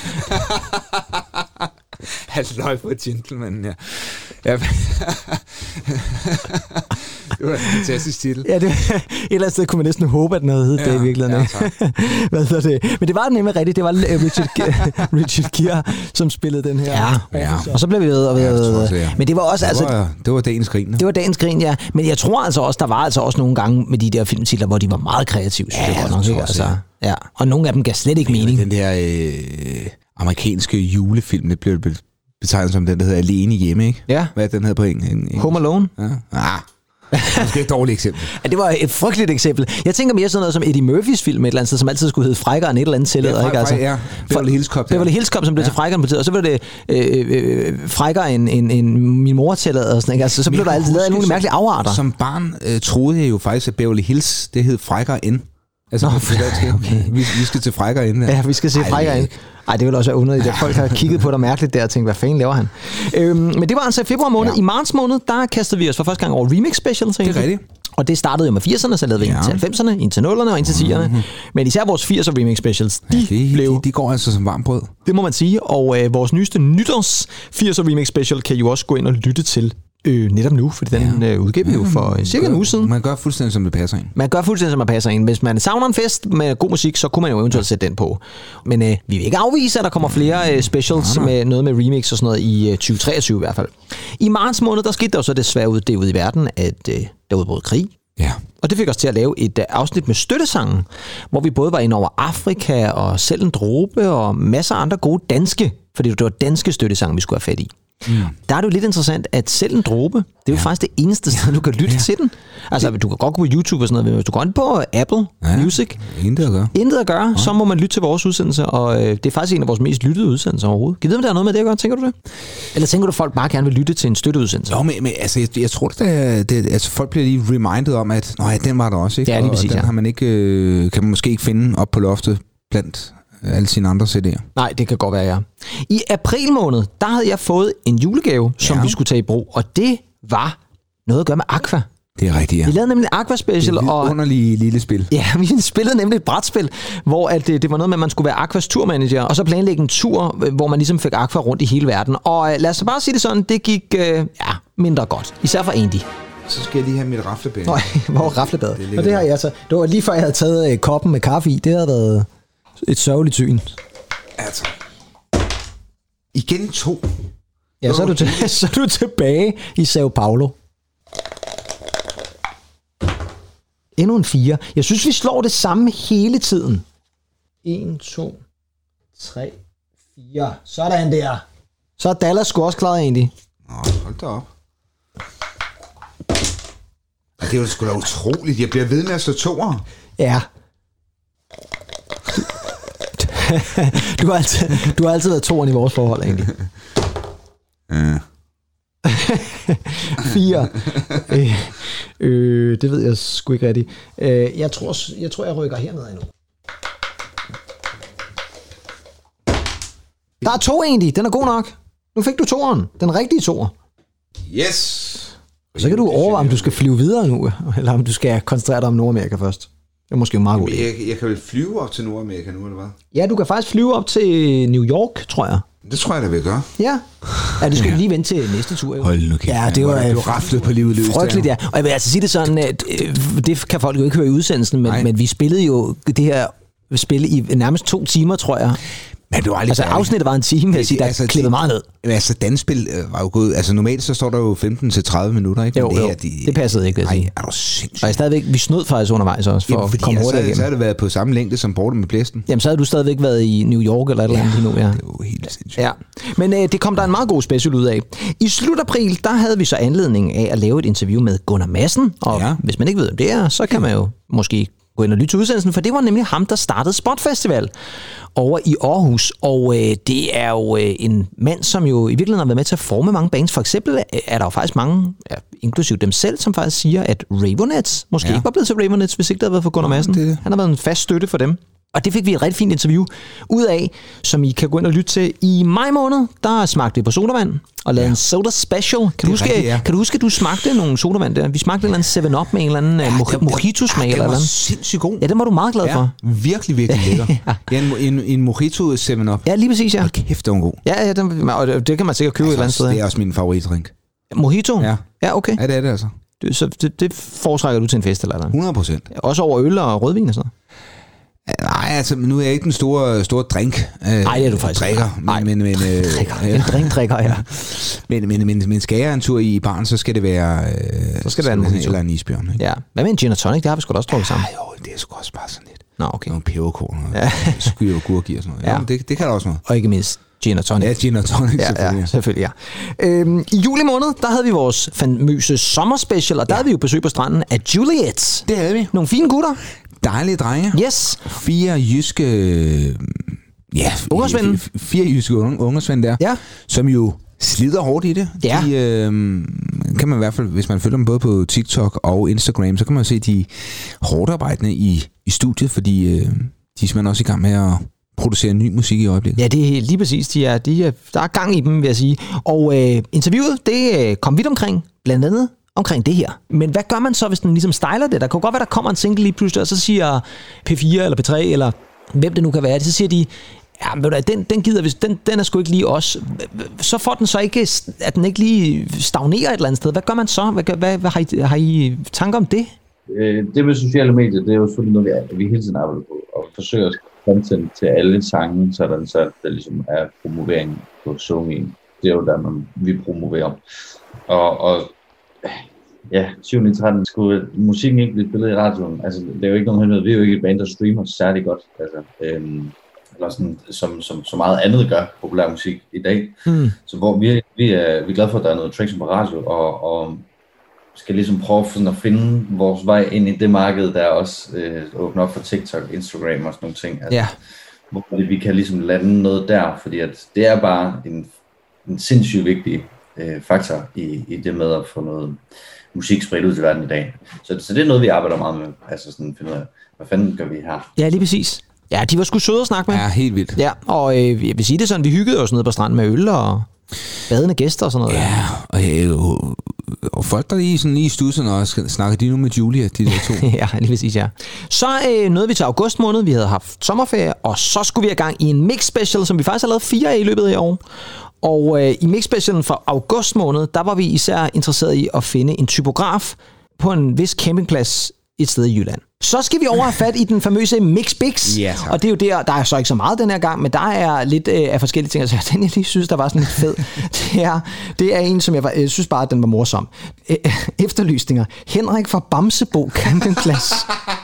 Halløj på gentleman, ja. Ja. Det var en fantastisk titel. Ja, det, et eller andet sted kunne man næsten håbe, at den havde heddet ja, det i virkeligheden. Ja, Hvad så det? Men det var nemlig rigtigt. Det var Richard, Richard Gere, som spillede den her. Ja, ja. Og så blev vi ved og ved. Ja, tror, ja. Men det var også... Det var, altså, det var dagens grin. Det var dagens grin, ja. Men jeg tror altså også, der var altså også nogle gange med de der filmtitler, hvor de var meget kreative. Ja, det, det nok, ikke? Altså, ja. Og nogle af dem gav slet ikke mening. Den der øh, amerikanske julefilm, det blev betegnet som den, der hedder Alene Hjemme, ikke? Ja. Hvad den hedder på engelsk? Home Alone. Ja. Ah. Måske et dårligt eksempel. Ja, det var et frygteligt eksempel. Jeg tænker mere sådan noget som Eddie Murphys film et eller andet sted, som altid skulle hedde Frækkere end et eller andet tilleder. Ja, ikke? Altså, ja. Beverly Hills Cop. Beverly Hills Cop, som blev ja. til Frækkere på tid, og så blev det øh, øh, Frækkere end, end, end min mor tillader. Og sådan, ikke? Altså, så blev der altid lavet nogle mærkelige afarter. Som barn øh, troede jeg jo faktisk, at Beverly Hills, det hed Frækkere end. Altså, Nå, okay. vi, vi skal til Frækkere ind. Ja, vi skal se Frækkere ind. Ej, det vil også være underligt, at folk har kigget på dig mærkeligt der og tænkt, hvad fanden laver han? Øhm, men det var altså i februar måned. Ja. I marts måned, der kastede vi os for første gang over remix specials. Det er rigtigt. Og det startede jo med firserne, så lavede vi ja. en til halvfemserne, en til nullerne og en til tierne. Mm-hmm. Men især vores firser remix specials, de, ja, de blev... De, de går altså som varmt brød. Det må man sige, og øh, vores nyeste nytårs firser remix special kan jo også gå ind og lytte til Øh, netop nu, fordi den ja. øh, udgav vi jo for øh, cirka en uge siden. Man gør fuldstændig, som det passer ind. Man gør fuldstændig, som det passer ind. Hvis man savner en fest med god musik, så kunne man jo eventuelt sætte den på. Men øh, vi vil ikke afvise, at der kommer flere øh, specials ja, med noget med remix og sådan noget i øh, tyve treogtyve i hvert fald. I marts måned, der skete der jo så desværre ud, det ude i verden, at øh, der udbrød krig. Ja. Og det fik os til at lave et uh, afsnit med støttesangen, hvor vi både var inde over Afrika og selv en dråbe og masser af andre gode danske, fordi det var danske støttesange, vi skulle have fat i. Mm. Der er det jo lidt interessant, at selv en dråbe, det er jo ja. faktisk det eneste sted, du kan lytte ja. til den. Altså, du kan godt gå på YouTube og sådan noget, men hvis du går ind på Apple ja. Music, intet at gøre, intet at gøre ja. så må man lytte til vores udsendelse, og øh, det er faktisk en af vores mest lyttede udsendelser overhovedet. Kan du vide, om der er noget med det at gøre? Tænker du det? Eller tænker du, at folk bare gerne vil lytte til en støtteudsendelse? Jo, men, men altså, jeg, jeg tror, det, det, altså, folk bliver lige reminded om, at nej, den var der også, ikke? Det er lige præcis, og den ja. har man ikke, øh, kan man måske ikke finde op på loftet blandt alle sine andre C D'er. Nej, det kan godt være, ja. I april måned, der havde jeg fået en julegave, som ja. vi skulle tage i brug, og det var noget at gøre med Aqua. Det er rigtigt, ja. Vi lavede nemlig en Aqua Special. Det er et underligt lille spil. Ja, vi spillede nemlig et brætspil, hvor at det, det var noget med, at man skulle være Aquas turmanager, og så planlægge en tur, hvor man ligesom fik Aqua rundt i hele verden. Og lad os bare sige det sådan, det gik øh, ja, mindre godt. Især for Andy. Så skal jeg lige have mit raflebad. Nej, hvor raflebad? Det og det har jeg så. Det var lige før jeg havde taget øh, koppen med kaffe i. Det havde været et sørgeligt syn. Altså. Igen to. Ja, så er, du til, så er du tilbage i Sao Paulo. Endnu en fire. Jeg synes, vi slår det samme hele tiden. en, to, tre, fire. Sådan der. Så er Dallas sgu også klaret egentlig. Nå, hold da op. Ja, det er jo sgu da utroligt. Jeg bliver ved med at slå toer. Ja. Du har altid, du har altid været toeren i vores forhold, egentlig. Ja. Fire. Øh, øh, det ved jeg sgu ikke rigtigt. Øh, jeg, tror, jeg tror, jeg rykker herned endnu. Der er to egentlig. Den er god nok. Nu fik du toeren. Den rigtige toer. Yes. Så kan du overveje, om du skal flyve videre nu, eller om du skal koncentrere dig om Nordamerika først. Det er måske en meget god idé. Jeg, jeg kan vel flyve op til Nordamerika nu, eller hvad? Ja, du kan faktisk flyve op til New York, tror jeg. Det tror jeg, der vil gøre. Ja. Ja, du skal ja. lige vente til næste tur. Jo. Hold nu kæft. Ja, det var du raflet på livet løs. Frygteligt, ja. Og jeg vil altså sige det sådan, at øh, det kan folk jo ikke høre i udsendelsen, men, men vi spillede jo det her spil i nærmest to timer, tror jeg. Men du altså afsnittet var en time, jeg sige, der altså, klippet meget ned. Altså dansspil var jo gået, altså normalt så står der jo femten til tredive minutter, ikke? Jo, det, jo, her, de, det passede ikke. Nej, er du sindssygt. Og jeg stadigvæk, vi snød faktisk undervejs også, for Jamen, at komme hurtigt igennem. Så havde det været på samme længde som Borten med Blæsten. Jamen så havde du stadigvæk været i New York eller et eller andet ja, endnu, ja. Det var helt sindssygt. Ja. Men øh, det kom der en meget god special ud af. I slut april, der havde vi så anledning af at lave et interview med Gunnar Madsen, og ja. hvis man ikke ved, hvem det er, så kan man jo måske gå ind og lytte til udsendelsen, for det var nemlig ham, der startede Spot Festival over i Aarhus, og øh, det er jo øh, en mand, som jo i virkeligheden har været med til at forme mange bands. For eksempel er der jo faktisk mange, ja, inklusive dem selv, som faktisk siger, at Raveonettes måske ja. ikke var blevet til Raveonettes, hvis ikke det havde været for Gunnar Madsen. Det det. Han har været en fast støtte for dem. Og det fik vi et rigtig fint interview ud af, som I kan gå ind og lytte til. I maj måned, der smagte vi på sodavand og lavede ja. en soda special. Kan du, huske, rigtigt, ja. kan du huske, at du smagte nogle sodavand der? Vi smagte en eller anden seven up med en eller anden ja, mo- mojito-smag. Ja, den var sindssygt god. Ja, den var du meget glad ja, for. Virkelig, virkelig lækker. ja, en, en, en mojito seven up. Ja, lige præcis, ja. Hold kæft, den var god. Ja, ja den, og det kan man sikkert købe altså, et eller andet sted. Det er også min favoritdrink. Mojito? Ja. Ja, okay. Ja, det er det altså. Det, så det, det foretrækker du til en fest eller noget? hundrede procent. Også over øl og rødvin og sådan noget? Nej, altså nu er jeg ikke den store, store drink. Øh, Nej, det er du faktisk drikker. Nej, men, men, øh, drikker. En drinkdrikker, ja. men, men, men, men skal jeg en tur i baren, så skal det være, øh, så skal det være en, eller en isbjørn. Ikke? Ja. Hvad med en gin og tonic? Det har vi sgu da også drukket sammen. Nej, jo, det er sgu også bare sådan lidt. Nå, okay. Nogle peberkorn, ja. skyr og gurki og sådan noget. Ja. Jamen, det, det kan der også noget. Og ikke mindst gin og tonic. Ja, gin og tonic, ja, selvfølgelig. Ja, selvfølgelig, ja. Øhm, I juli måned, der havde vi vores famøse sommerspecial, og der ja. havde vi jo besøg på stranden af Juliet. Det havde vi. Nogle fine gutter. Dejlige drenge. Yes. Fire jyske... Ja, ungersvende. Fire jyske ungersvende der, ja. som jo slider hårdt i det. Ja. De, øh, kan man i hvert fald, hvis man følger dem både på TikTok og Instagram, så kan man se de hårdt arbejdende i, i studiet, fordi øh, de er simpelthen også i gang med at producere ny musik i øjeblikket. Ja, det er lige præcis. De er, de er, der er gang i dem, vil jeg sige. Og øh, interviewet, det kom vidt omkring, blandt andet omkring det her. Men hvad gør man så, hvis den ligesom styler det? Der kan godt være, der kommer en single lige pludselig, og så siger P fire eller P tre, eller hvem det nu kan være, så siger de, ja, men den, den gider, hvis den, den er sgu ikke lige os. Så får den så ikke, at den ikke lige stagnerer et eller andet sted. Hvad gør man så? Hvad, hvad, hvad har, I, har I tanker om det? Det med sociale medier, det er jo selvfølgelig noget, vi, vi hele tiden arbejder på, og forsøger at content til alle sange, sådan så der ligesom er promovering på SoMe. Det er jo der, man, vi promoverer. Og, og ja, syvende tretten skulle musikken ikke blive spillet i radioen. Altså, det er jo ikke nogen hemmelighed. Vi er jo ikke et band, der streamer særlig godt. Altså, øhm, eller sådan, som, som så meget andet gør populær musik i dag. Mm. Så hvor vi, vi, er, vi er glade for, at der er noget traction på radio, og, og skal ligesom prøve sådan at finde vores vej ind i det marked, der også øh, åbner op for TikTok, Instagram og sådan nogle ting. Altså, ja. Hvor vi kan ligesom lande noget der, fordi at det er bare en, en sindssygt vigtig øh, faktor i, i det med at få noget musik spredt ud til verden i dag. Så, så det er noget, vi arbejder meget med. Altså sådan finde ud af, hvad fanden gør vi her? Ja, lige præcis. Ja, de var sgu søde at snakke med. Ja, helt vildt. Ja, og øh, jeg vil sige det sådan, vi hyggede os nede på stranden med øl og badende gæster og sådan noget. Ja, og, øh, og folk der lige sådan lige i studsen også, snakker de nu med Julia, de der to? Ja, lige præcis, ja. Så øh, nåede vi til august måned, vi havde haft sommerferie, og så skulle vi i gang i en mix special, som vi faktisk har lavet fire af i løbet af år. Og øh, i mix specialen fra august måned, der var vi især interesseret i at finde en typograf på en vis campingplads et sted i Jylland. Så skal vi over have fat i den famøse Mix Bix. Ja, og det er jo der, der er så ikke så meget den her gang, men der er lidt øh, af forskellige ting. Altså, den jeg lige synes, der var sådan lidt fed. Det er, det er en, som jeg, var, jeg synes bare, at den var morsom. Øh, efterlysninger. Henrik fra Bamsebo Campingplads.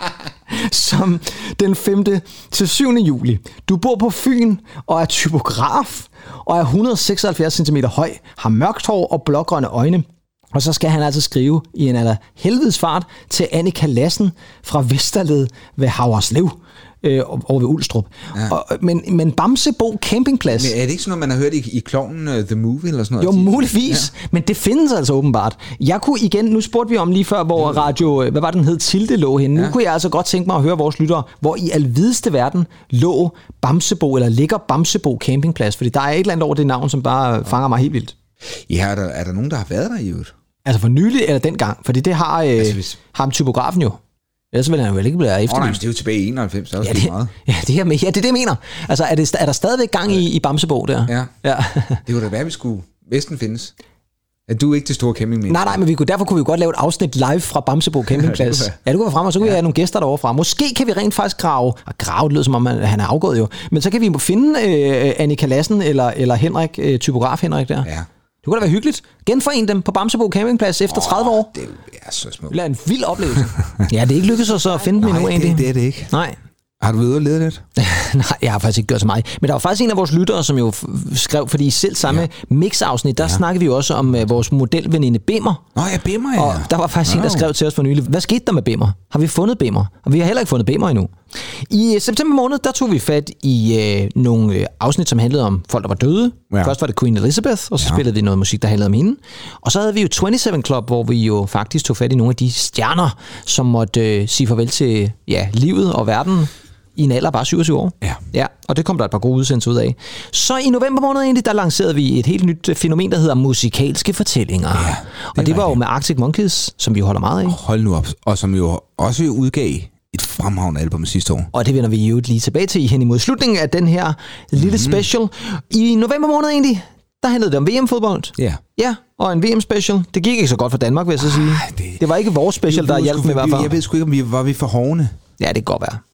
Som den femte til syvende juli. Du bor på Fyn og er typograf og er et hundrede og seksoghalvfjerds centimeter høj, har mørkt hår og blågrønne øjne. Og så skal han altså skrive i en aller helvedes fart til Annika Lassen fra Vesterled ved Havreslev øh, over ved Ulstrup. Ja. Og, men, men Bamsebo Campingplads... Men er det ikke sådan noget, man har hørt i, i Klovnen uh, The Movie eller sådan noget? Jo, muligvis. Ja. Men det findes altså åbenbart. Jeg kunne igen... Nu spurgte vi om lige før, hvor radio... Hvad var den hed? Tilde lå henne. Ja. Nu kunne jeg altså godt tænke mig at høre vores lyttere, hvor i alvideste verden lå Bamsebo, eller ligger Bamsebo Campingplads. Fordi der er et eller andet over det navn, som bare fanger mig helt vildt. Ja, er der, er der nogen, der har været der i øvrigt? Altså for nylig eller dengang? Fordi det har øh, altså, hvis... ham typografen jo. Ellers vil han vel ikke blive efterlyst. Åh nej, det er jo tilbage i enoghalvfems, så er det, ja, det meget. Ja, det er, ja, det er det, jeg mener. Altså, er, det, er der stadigvæk gang i, i Bamsebo der? Ja. ja. Det kunne da være, vi skulle... Vesten findes. Er du ikke det store campingmenneske? Nej, nej, men vi kunne, derfor kunne vi godt lave et afsnit live fra Bamsebo Campingplads. Ja, det kunne være frem, og så kunne ja. vi have nogle gæster derovre fra. Måske kan vi rent faktisk grave... Og grave, det lyder som om, han er afgået jo. Men så kan vi finde øh, Annika Lassen eller, eller Henrik, øh, typograf Henrik der. Ja. Det kunne da være hyggeligt. Genforene dem på Bamsebo Campingplads efter oh, tredive år. Det er så smukt. Det er en vild oplevelse. Ja, det er ikke lykkedes os at finde dem endnu egentlig. Nej, det er det ikke. Nej. Har du været ude og lede lidt? Nej, jeg har faktisk ikke gjort så meget. Men der var faktisk en af vores lyttere, som jo skrev, fordi i selv samme ja. mix-afsnit, der ja. snakkede vi jo også om uh, vores modelveninde Bimmer. Nå ja, Bimmer, ja. Og der var faktisk wow. en, der skrev til os for nylig, hvad skete der med Bimmer? Har vi fundet Bimmer? Og vi har heller ikke fundet Bimmer endnu. I uh, september måned, der tog vi fat i uh, nogle uh, afsnit, som handlede om folk, der var døde. Ja. Først var det Queen Elizabeth, og så ja. spillede vi noget musik, der handlede om hende. Og så havde vi jo syvogtyve Club, hvor vi jo faktisk tog fat i nogle af de stjerner, som måtte uh, sige farvel til ja, livet og verden. I en alder bare syvogtyve år. Ja. Ja, og det kom der et par gode udsendelser ud af. Så i november måned egentlig, der lancerede vi et helt nyt fænomen, der hedder musikalske fortællinger. Ja, det og det var, var jo med Arctic Monkeys, som vi holder meget af. Hold nu op. Og som jo også udgav et fremragende album sidste år. Og det vender vi jo lige tilbage til hen imod slutningen af den her lille mm-hmm. special. I november måned egentlig, der handlede det om V M-fodbold. Ja. Ja, og en V M-special. Det gik ikke så godt for Danmark, vil jeg så sige. Ah, det... det var ikke vores special, der hjalp med i hvert fald. Jeg ved sgu ikke, om vi var vi for hovne. Ja, det kan godt være.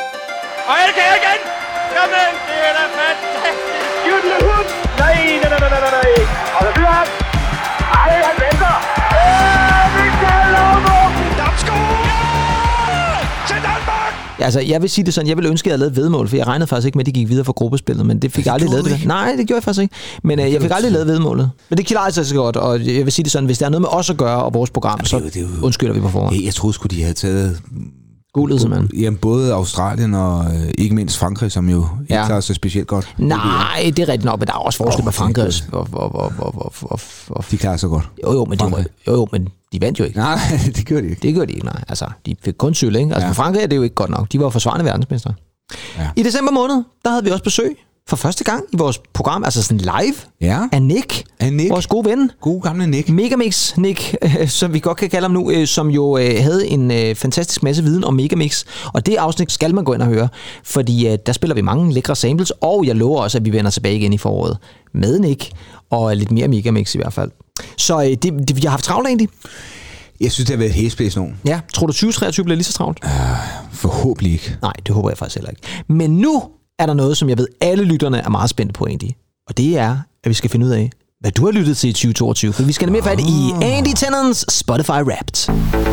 Og L K igen! Jamen, det er da fantastisk! Jytte hund! Nej, nej, nej, nej, nej, nej! Og så fyrer han! Ej, han venter! Øh, Michael Laudrup! Damsgaard! Ja! Til Danmark! Ja, altså, jeg vil sige det sådan, jeg ville ønske, at jeg havde lavet vedmål, for jeg regnede faktisk ikke med, at de gik videre for gruppespillet, men det fik jeg aldrig lavet. Det. Nej, det gjorde jeg faktisk ikke. Men øh, jeg fik aldrig lavet vedmålet. Men det klarer sig så godt, og jeg vil sige det sådan, hvis der er noget med os at gøre og vores program, ja, så det, det, undskylder vi på forhånd. Jeg, jeg troede sgu, de havde taget... Guldet, simpelthen. Jamen, både Australien og øh, ikke mindst Frankrig, som jo ikke ja. klarer sig specielt godt. Nej, det er rigtigt nok, men der er også forskel oh, på Frankrig. Og, og, og, og, og, og, de klarer sig godt. Jo, jo, men de, jo, jo, men de vandt jo ikke. Nej, det gør de ikke. Det gør de ikke, nej. Altså, de fik kun sølv, ikke? Altså, ja. for Frankrig er det jo ikke godt nok. De var forsvarende verdensmester. Ja. I december måned, der havde vi også besøg for første gang i vores program, altså sådan live, ja. af Nick, af Nick, vores gode ven. God gamle Nick. Megamix Nick, øh, som vi godt kan kalde ham nu, øh, som jo øh, havde en øh, fantastisk masse viden om Megamix. Og det afsnit skal man gå ind og høre, fordi øh, der spiller vi mange lækre samples, og jeg lover også, at vi vender tilbage igen i foråret med Nick, og lidt mere Megamix i hvert fald. Så øh, det, det, vi har haft travlt egentlig. Jeg synes, det har været et hæsblæs nogen. Ja, tror du tyve treogtyve bliver lige så travlt? Uh, forhåbentlig ikke. Nej, det håber jeg faktisk heller ikke. Men nu er der noget, som jeg ved, alle lytterne er meget spændte på egentlig. Og det er, at vi skal finde ud af, hvad du har lyttet til i tyve toogtyve. For vi skal nemlig fat i Andy Tennants Spotify Wrapped.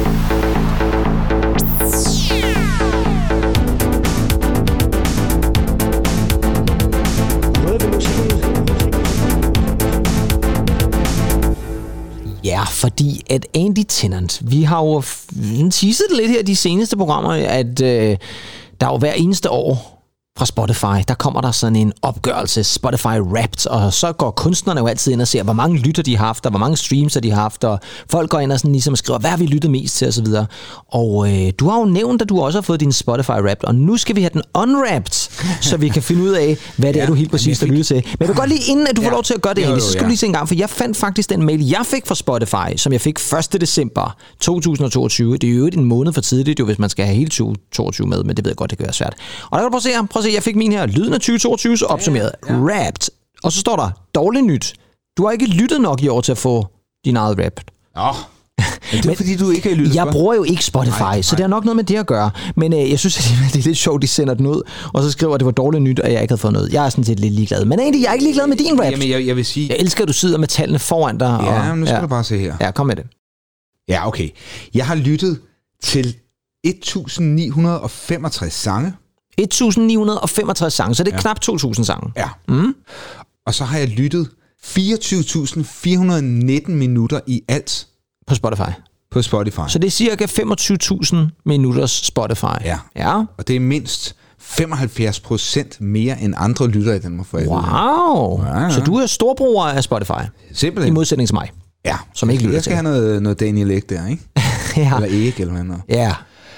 Ja, fordi at Andy Tennant, vi har jo teaset lidt her de seneste programmer, at øh, der jo hver eneste år fra Spotify, der kommer der sådan en opgørelse, Spotify Wrapped, og så går kunstnerne jo altid ind og ser, hvor mange lytter de har haft, og hvor mange streams de har haft, og folk går ind og sådan ligesom skriver, hvad har vi lyttet mest til, og så videre. Og øh, du har jo nævnt, at du også har fået din Spotify Wrapped, og nu skal vi have den unwrapped, så vi kan finde ud af, hvad det ja, er, du helt præcis har lyttet til. Men jeg vil godt lige, inden at du ja. får lov til at gøre det, jo, jo, så skal ja. du lige se en gang, for jeg fandt faktisk den mail, jeg fik fra Spotify, som jeg fik første december to tusind toogtyve. Det er jo en måned for tidligt, jo, hvis man skal have hele tyve toogtyve med, men det ved jeg godt, det kan være svært. Og der kan du prøve at se her. Prøv at se, jeg fik min her lyden af tyve toogtyve, så opsummeret. Ja, ja. Wrapped. Og så står der, dårligt nyt. Du har ikke lyttet nok i år til at få din eget Wrapped. Nå. Ja, det er men, fordi, du ikke har lyttet. Jeg bruger jo ikke Spotify, nej, nej. Så det har nok noget med det at gøre. Men øh, jeg synes, at det er lidt sjovt, de sender den ud, og så skriver, at det var dårligt nyt, og jeg ikke havde fået noget. Jeg er sådan set lidt ligeglad. Men egentlig, jeg er ikke ligeglad med din rap. Jamen, jeg, jeg vil sige... Jeg elsker, at du sidder med tallene foran dig. Ja, og, nu skal ja. du bare se her. Ja, kom med det. Ja, okay. Jeg har lyttet til et tusind ni hundrede og femogtres sange. et tusind ni hundrede og femogtres sange, så det er ja. knap to tusind sange. Ja. Mm. Og så har jeg lyttet fireogtyve tusind fire hundrede og nitten minutter i alt. På Spotify. På Spotify. Så det er cirka femogtyve tusind minutters Spotify. Ja. ja. Og det er mindst femoghalvfjerds procent mere end andre lyttere i Danmark. For wow. Ja, ja. Så du er storbruger af Spotify. Simpelthen. I modsætning til mig. Ja. Som ikke lytter jeg skal til. have noget, noget Daniel Ek der, ikke? ja. Eller Erik, eller hvad noget. Ja.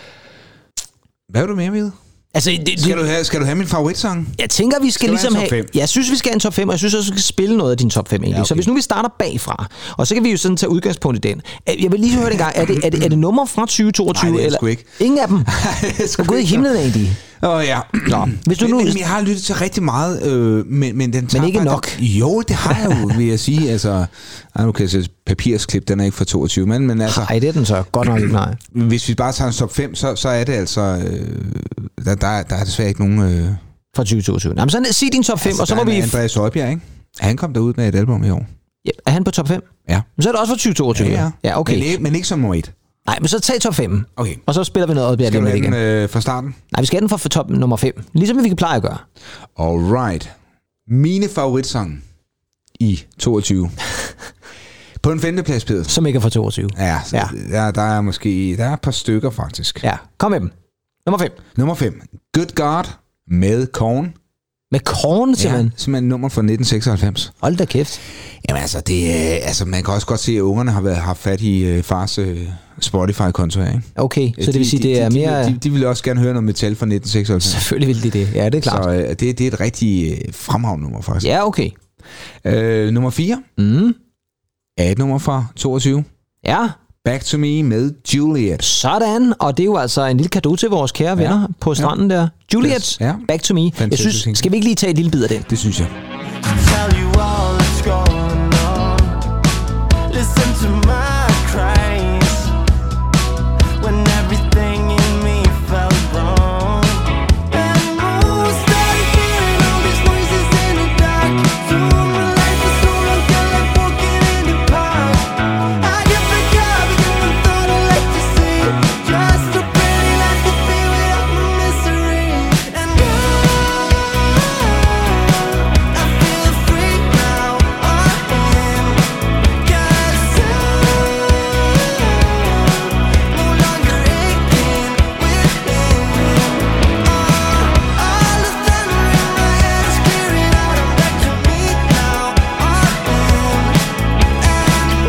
Hvad vil du mere vide? Altså, det, skal, du have, skal du have min favoritsang? Jeg tænker, vi skal, skal ligesom have... have jeg synes, vi skal have en top fem, og jeg synes også, vi skal spille noget af din top fem egentlig. Ja, okay. Så hvis nu vi starter bagfra, og så kan vi jo sådan tage udgangspunkt i den. Jeg vil lige høre det en gang. Er det, er det, er det nummer fra tyve toogtyve? Nej, det er eller? Sgu ikke. Ingen af dem? Og gud i himlen egentlig. Åh oh, ja. Nå, hvis du men, nu... men jeg har lyttet til rigtig meget, øh, men, men den tager Men ikke bare, nok? Den, jo, det har jeg jo, vil jeg sige. Altså, ej, nu kan jeg sætte papirsklip, den er ikke fra toogtyve, men, men altså... Nej, det er den så. Godt nok ikke, nej. Hvis vi bare tager en top fem, så, så er det altså... Øh, der, der, der er desværre ikke nogen... Øh, fra tyve toogtyve. Jamen, så sig din top fem, altså, og så må vi... Andreas Højbjerg, ikke? Han kom derud med et album i år. Ja, er han på top fem? Ja. Men så er det også fra tyve toogtyve? Ja, ja. Ja, okay. Men, ikke, men ikke som nummer et. Nej, men så tag top fem. Okay. Og så spiller vi noget Oddbjerg lige med igen. Skal du have den øh, fra starten? Nej, vi skal have den fra top nummer fem. Ligesom vi kan pleje at gøre. Alright. Mine favoritsange i toogtyve. På en femteplads, Peder. Som ikke er fra toogtyve. Ja, ja. Der, der er måske der er et par stykker, faktisk. Ja, kom med dem. Nummer fem. Nummer fem. Good God med Korn. Med Korn, simpelthen? Ja, simpelthen nummer fra nitten seksoghalvfems. Hold da kæft. Jamen altså, det, altså, man kan også godt se, at ungerne har været, haft fat i uh, fars uh, Spotify-konto her, ikke? Okay, så de, det vil sige, de, det er de, mere... De, de, de ville også gerne høre noget metal fra nitten seksoghalvfems. Selvfølgelig vil de det. Ja, det er klart. Så uh, det, det er et rigtig uh, fremragende nummer, faktisk. Ja, okay. Uh, nummer fire. Mm. Er et nummer fra toogtyve. Ja. Back to Me med Juliet. Sådan, og det er jo altså en lille cadeau til vores kære venner ja. på stranden ja. der. Juliet, ja. Back to Me. Fantastisk. Jeg synes, skal vi ikke lige tage et lille bid af den? Det synes jeg. Tell you all that's going on. Listen to my cries when everything in me felt wrong. And oh, started hearing all these noises in the dark. So my life is so long, like walking in the park. I get the job, you would thought I like to see. Just a pretty life to be without my misery. And I, I feel free now. I am, 'cause I'm no longer aching within. All the thunder in my head is clearing out. I'm back to me now. I am, and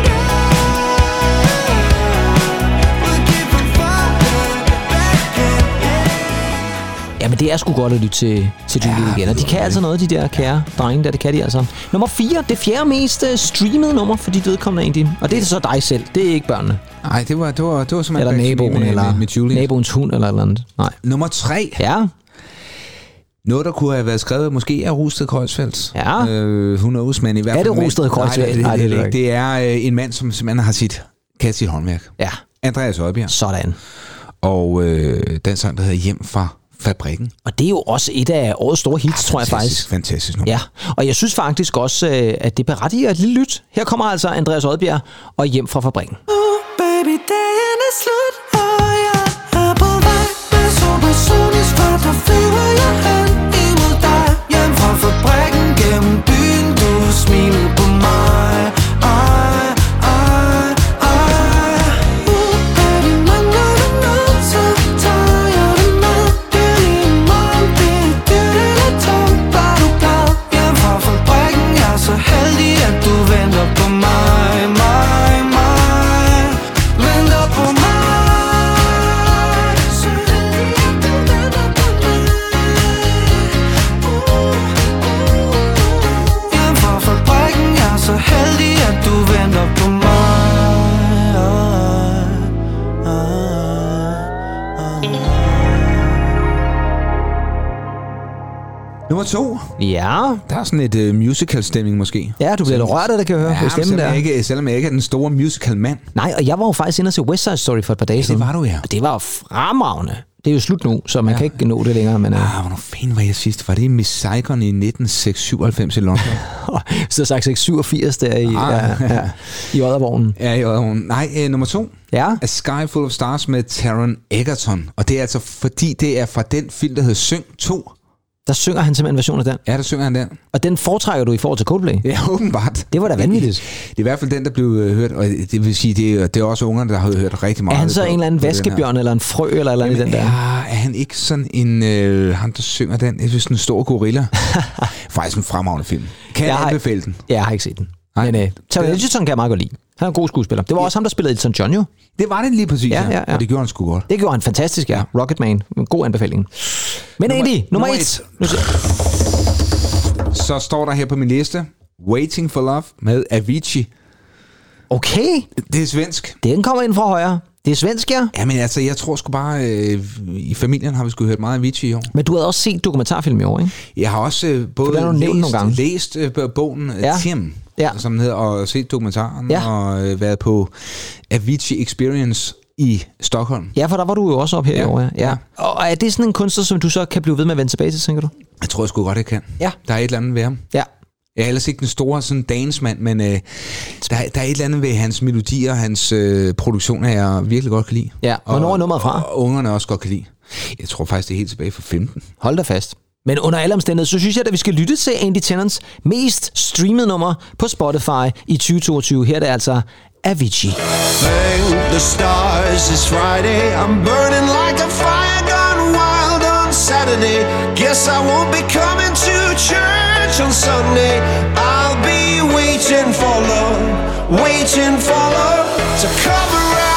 I will keep on falling back in. Ja, men det er sgu godt at lytte til, til Juliet ja, igen. Og de kan altså noget, de der kære drenge der. Det kan de altså. Nummer fire, det fjerde mest uh, streamede nummer for de vedkommende egentlig. Og det er så dig selv. Det er ikke børnene. Nej, det var, det var, det var simpelthen Eller naboen, med, eller med, med Juliet. naboens hund, eller eller andet. Nej. Nummer tre. Ja. Noget, der kunne have været skrevet måske af Rosted Kreuzfeldt. Ja. Øh, who knows, men i hvert fald... Er det Rosted Kreuzfeldt? Nej, det, det, det, Nej, det, det er øh, en mand, som simpelthen har sit, kan sit håndværk. Ja. Andreas Højbjerg. Sådan. Og øh, den sang, der hedder Hjem fra Fabrikken. Og det er jo også et af årets store hits, ja, tror jeg faktisk. Fantastisk nummer. Ja, og jeg synes faktisk også, at det berettiger et lille lyt. Her kommer altså Andreas Odbjerg og Hjem fra Fabrikken. Oh, baby, dagen er slut, og jeg er på vej med supersonisk fart, der flyver jeg hen imod dig. Hjem fra fabrikken, gennem byen, du smiler på mig. Ej, ej, ej. Uh, baby, mangler du noget, så tager jeg det med. Det er lige morgen, det er dyrt eller tungt, var du glad? Hjem fra fabrikken, jeg er så heldig, at du venter på mig, mig, mig. Venter Nummer to. Ja. Der er sådan et uh, musical-stemning måske. Ja, du bliver lidt rørt af det, kan jeg høre. Ja, stemmen selvom, der. jeg ikke, selvom jeg ikke er den store musical-mand. Nej, og jeg var jo faktisk inde og se West Side Story for et par dage siden. Det var du, ja. Og det var fremragende. Det er jo slut nu, så man ja. kan ikke nå det længere. Men, ah, hvornår fanden var jeg sidst? Var det i Miss Saigon i nitten syvoghalvfems i London? Så har sagt seks syvogfirs der i, ah. ja, ja, i Oddervognen. Ja, i Oddervognen. Nej, øh, nummer to. Ja. A Sky Full of Stars med Taron Egerton. Og det er altså fordi, det er fra den film, der hedder Syng to. Der synger han simpelthen en version af den? Ja, der synger han den. Og den foretrækker du i forhold til Coldplay? Ja, åbenbart. Det var da vanvittigt. Det er i hvert fald den, der blev hørt, og det vil sige, det er, det er også ungerne, der har hørt rigtig meget. Er han så på, en eller anden vaskebjørn, eller en frø, eller eller andet i den der? Ja, er han ikke sådan en, øh, han der synger den, det er sådan en stor gorilla. Faktisk en fremragende film. Kan jeg, jeg anbefale den? Ja, jeg har ikke set den. Nej. Men øh, Taron Egerton kan jeg meget godt lide. Han er en god skuespiller. Det var ja. også ham, der spillede Elton John jo. Det var det lige præcis, ja, ja, ja. Og det gjorde han sgu godt. Det gjorde han fantastisk, ja. Rocketman. En god anbefaling. Men nummer, Andy, nummer, nummer et. et. Så står der her på min liste, Waiting for Love med Avicii. Okay. Det er svensk. Den kommer ind fra højre. Det er svensk, ja. Ja, men altså, jeg tror sgu bare, øh, i familien har vi sgu hørt meget Avicii i år. Men du har også set dokumentarfilm i år, ikke? Jeg har også øh, både læst, nogle gange. læst øh, bogen ja. Tim, ja. som den hedder, og set dokumentaren, ja. og øh, været på Avicii Experience i Stockholm. Ja, for der var du jo også op her ja. i år, ja. ja. Og er det sådan en kunstner, som du så kan blive ved med at vende tilbage til, tænker du? Jeg tror jeg sgu godt, jeg kan. Ja. Der er et eller andet ved ham. Ja. Jeg er ellers ikke den store sådan dansmand, men øh, der, der er et eller andet ved hans melodier og hans øh, produktioner, jeg virkelig godt kan lide. Ja, hvornår er nummeret fra? Og ungerne også godt kan lide. Jeg tror faktisk, det er helt tilbage fra femten. Hold da fast. Men under alle omstændigheder, så synes jeg, at vi skal lytte til Andy Tennants mest streamede nummer på Spotify i tyve toogtyve. Her er det altså Avicii. Thank the stars, it's Friday. I'm burning like a fire gone wild on Saturday. Guess I won't be coming to church on Sunday. I'll be waiting for love, waiting for love to come around.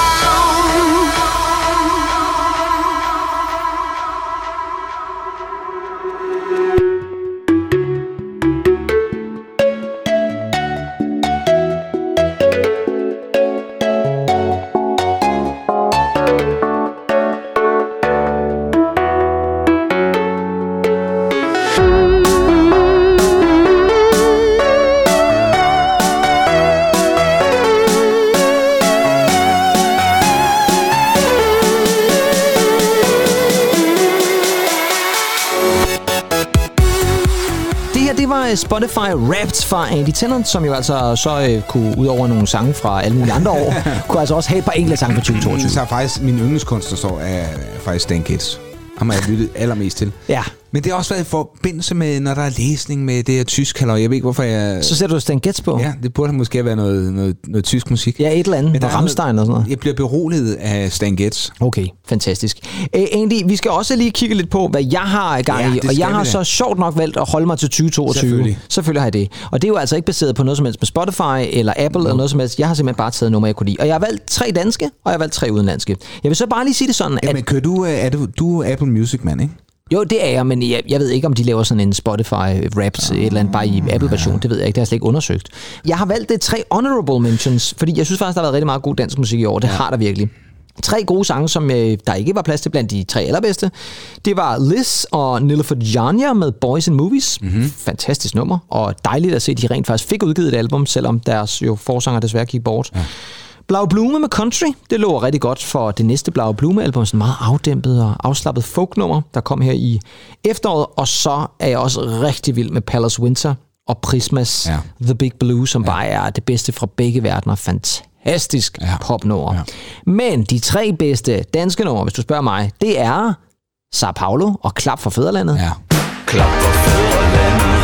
Spotify Wrapped fra Andy Tennant, som jo altså så øh, kunne, ud over nogle sange fra alle mulige andre år, kunne altså også have et par enkelte sange fra tyve toogtyve. Så faktisk, min yndlingskunstner står er, er faktisk Stan Getz. Ham har jeg lyttet allermest til. Ja. Men det har også været i forbindelse med, når der er læsning med det her tysk halløj. Jeg ved ikke, hvorfor jeg... Så sætter du Stan Getz på? Ja, det burde måske være noget, noget, noget tysk musik. Ja, et eller andet. Og Rammstein og sådan noget. Jeg bliver beroliget af Stan Getz. Okay, fantastisk. Æ, Andy, vi skal også lige kigge lidt på, hvad jeg har i gang ja, i. Og jeg har så sjovt nok valgt at holde mig til tyve toogtyve. Selvfølgelig. Selvfølgelig har jeg det. Og det er jo altså ikke baseret på noget som helst med Spotify eller Apple no. eller noget som helst. Jeg har simpelthen bare taget nummer, jeg kunne lide. Og jeg har valgt tre danske, og jeg har valgt tre udenlandske. Jeg vil så bare lige sige det sådan, ja, at... Men kører du, er du, du er Apple Music, mand, ikke? Jo, det er jeg, men jeg, jeg ved ikke, om de laver sådan en Spotify-Wrapped, oh, et eller andet, bare i Apple-version. Det ved jeg ikke, det har jeg slet ikke undersøgt. Jeg har valgt det tre honorable mentions, fordi jeg synes faktisk, der har været rigtig meget god dansk musik i år. Det ja. har der virkelig. Tre gode sange, som øh, der ikke var plads til blandt de tre allerbedste. Det var Liz og Nilüfer Janja med Boys and Movies. Mm-hmm. Fantastisk nummer, og dejligt at se, at de rent faktisk fik udgivet et album, selvom deres jo forsanger desværre gik bort. Ja. Blau Blume med Country, det lå rigtig godt for det næste Blau Blume-album, sådan meget afdæmpet og afslappet folknummer, der kom her i efteråret, og så er jeg også rigtig vild med Palace Winter og Prismas ja. The Big Blue, som ja. bare er det bedste fra begge verdener. Fantastisk ja. popnummer. Ja. Men de tre bedste danske numre, hvis du spørger mig, det er Sao Paulo og Klap for Fædrelandet. Ja. Klap for Fædrelandet.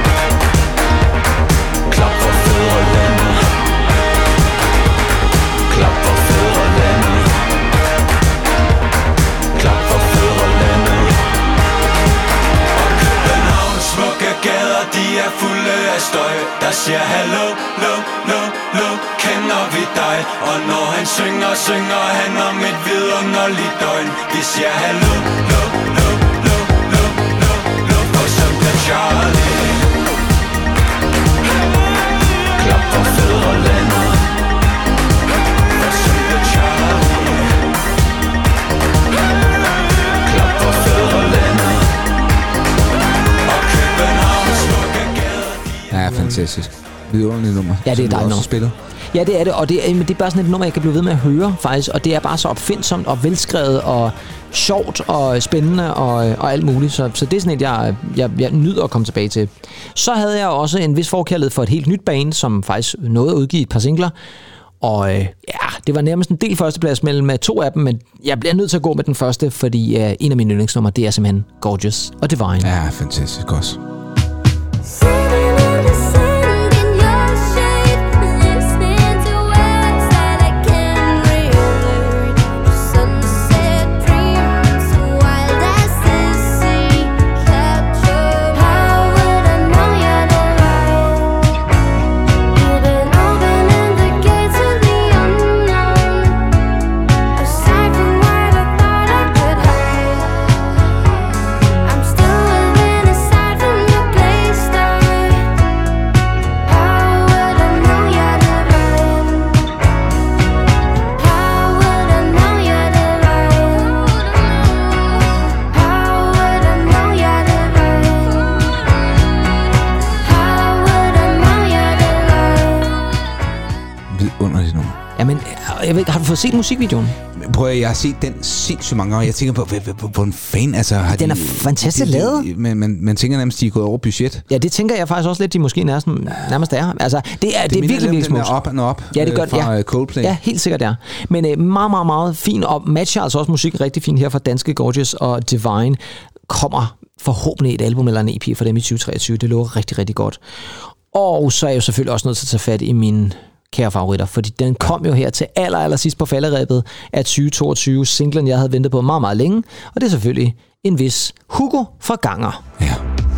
Klap for Fædrelandet. Klap for fædrelandet. Klap for fædrelandet. Og Københavns smukke gader, de er fulde af støj. Der siger hallo, lo, lo, lo, kender vi dig? Og når han synger, synger han om et vidunderligt døgn. Vi siger hallo, lo, lo, lo, lo, lo, lo, for søndag Charlie. Klap for fædrelandet. Klap for fædrelandet. Og fantastisk. Vidunderligt nummer. Ja, det er dejligt nummer. Spillet. Ja, det er det, og det er, det er bare sådan et nummer, jeg kan blive ved med at høre, faktisk. Og det er bare så opfindsomt og velskrevet og sjovt og spændende og, og alt muligt. Så, så det er sådan et, jeg, jeg, jeg nyder at komme tilbage til. Så havde jeg også en vis forkærlighed for et helt nyt band, som faktisk nåede at udgive et par singler. Og øh, ja, det var nærmest en del førsteplads mellem to af dem, men jeg bliver nødt til at gå med den første, fordi øh, en af mine yndlingsnumre, det er simpelthen Gorgeous og Divine. Ja, fantastisk også. Jeg ved, har du fået set musikvideoen? Prøv at, jeg har set den sindssygt mange gange. Jeg tænker på, hvor en fan, altså... Har den er de, fantastisk de, de, lavet. Men man, man tænker nærmest, de er gået over budget. Ja, det tænker jeg faktisk også lidt, de måske nærmest, nærmest er. Altså, det er, det, det er virkelig, virkelig smukt. Den er op and op ja, det gør, fra ja. Coldplay. Ja, helt sikkert, ja. Men øh, meget, meget, meget fint, og matcher altså også musikken rigtig fint her fra danske Gorgeous og Divine. Kommer forhåbentlig et album eller en E P for dem i tyve treogtyve. Det lover rigtig, rigtig godt. Og så er jeg jo selvfølgelig også nødt til at tage fat i min kære favoritter, fordi den kom jo her til aller, aller sidst på falderebet af tyve toogtyve, singlen, jeg havde ventet på meget, meget længe, og det er selvfølgelig en vis Hugo fra Ganger. Ja.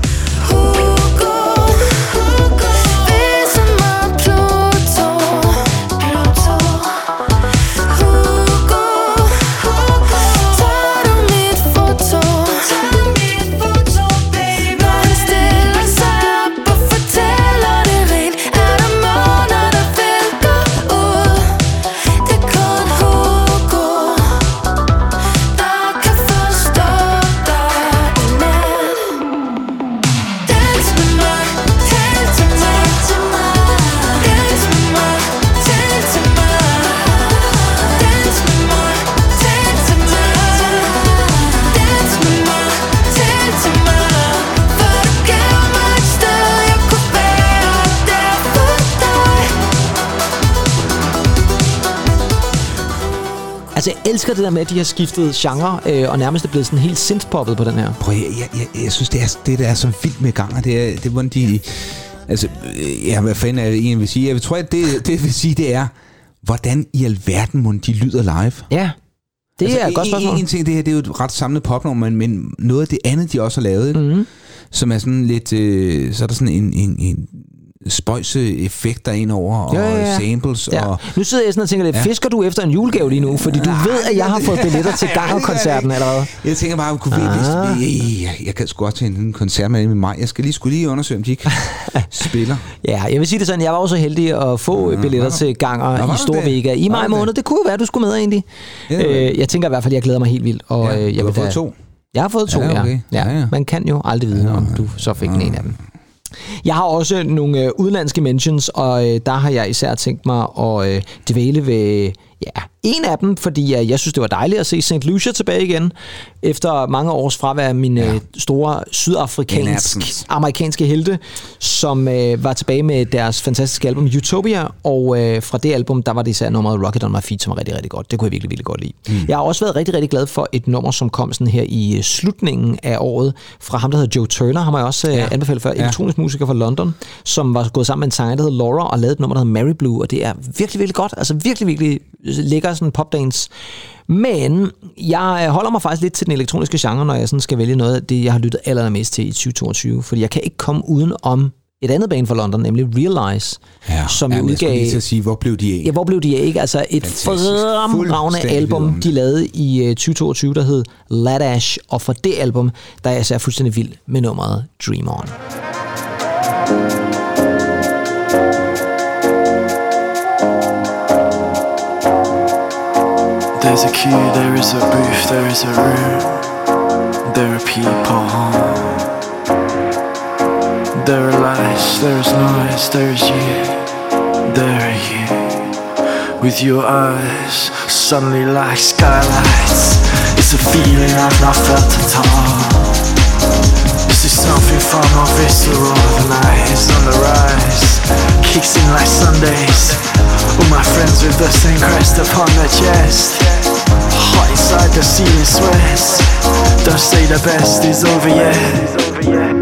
Altså, jeg elsker det der med, at de har skiftet genre, øh, og nærmest er blevet sådan helt synthpoppet på den her. Prøv, jeg, jeg, jeg, jeg synes, det er, det der er så vildt med Ganger. Det er, det er hvordan de... Altså, ja, hvad fanden er det, en vil sige? Jeg tror, at det, det vil sige, det er, hvordan i alverden må de lyder live? Ja, det altså, er et godt spørgsmål. En, en ting, det her, det er jo et ret samlet popnummer, men, men noget af det andet, de også har lavet, mm-hmm. som er sådan lidt... Øh, så er der sådan en... en, en spøjse effekter ind over og ja, ja, ja. samples. Ja. Og nu sidder jeg sådan og tænker lidt, ja. Fisker du efter en julegave lige nu? Fordi du Nej, ved, at jeg har fået billetter til Ganger-koncerten allerede. Jeg tænker bare, kunne ah. vi, jeg, jeg, jeg kan sgu også til en koncert med dem i maj. Jeg skal lige skulle lige undersøge, om de ikke spiller. Ja, jeg vil sige det sådan, jeg var også heldig at få ja, billetter til Ganger i Storvega i maj måned. Det kunne være, du skulle med egentlig. Ja, øh, jeg tænker i hvert fald, at jeg glæder mig helt vildt. Og, ja, jeg du har vil fået da... to? Jeg har fået to, ja. Okay. ja. ja, ja. Man kan jo aldrig vide, om du så fik ja. en af dem. Jeg har også nogle øh, udenlandske mentions, og øh, der har jeg især tænkt mig at øh, dvæle ved ja, en af dem, fordi øh, jeg synes, det var dejligt at se Saint Lucia tilbage igen, efter mange års fravær af mine ja. store sydafrikansk-amerikanske helte, som øh, var tilbage med deres fantastiske album Utopia, og øh, fra det album, der var det især nummeret Rocket on My Feet, som var rigtig, rigtig godt. Det kunne jeg virkelig, virkelig godt lide. Mm. Jeg har også været rigtig, rigtig glad for et nummer, som kom sådan her i slutningen af året, fra ham, der hedder Joe Turner, ham har jeg også øh, ja. anbefalet før, ja. elektronisk musiker fra London, som var gået sammen med en sanger, der hedder Laura, og lavet et nummer, der hedder Mary Blue, og det er virkelig, virkelig godt. Altså virkelig, virkelig lækker sådan popdance. Men jeg holder mig faktisk lidt til den elektroniske genre, når jeg sådan skal vælge noget af det, jeg har lyttet allermest til i tyve toogtyve, fordi jeg kan ikke komme uden om et andet band fra London, nemlig Realize, ja, som ja, jo udgav... Jeg skulle sige, hvor blev de af? Ja, hvor blev de af, ikke? Altså et fremragende album, de lavede i uh, tyve toogtyve, der hed Ladash, og fra det album, der er jeg så fuldstændig vild med nummeret Dream On. There's a key, there is a roof, there is a room. There are people. There are lies, there is noise, there is you, there are you. With your eyes, suddenly like skylights. It's a feeling I've not felt at all. This is something far more visceral. The night is on the rise, kicks in like Sundays. All my friends with the same crest upon their chest. Hot inside the ceiling sweats. Don't say the best is over yet.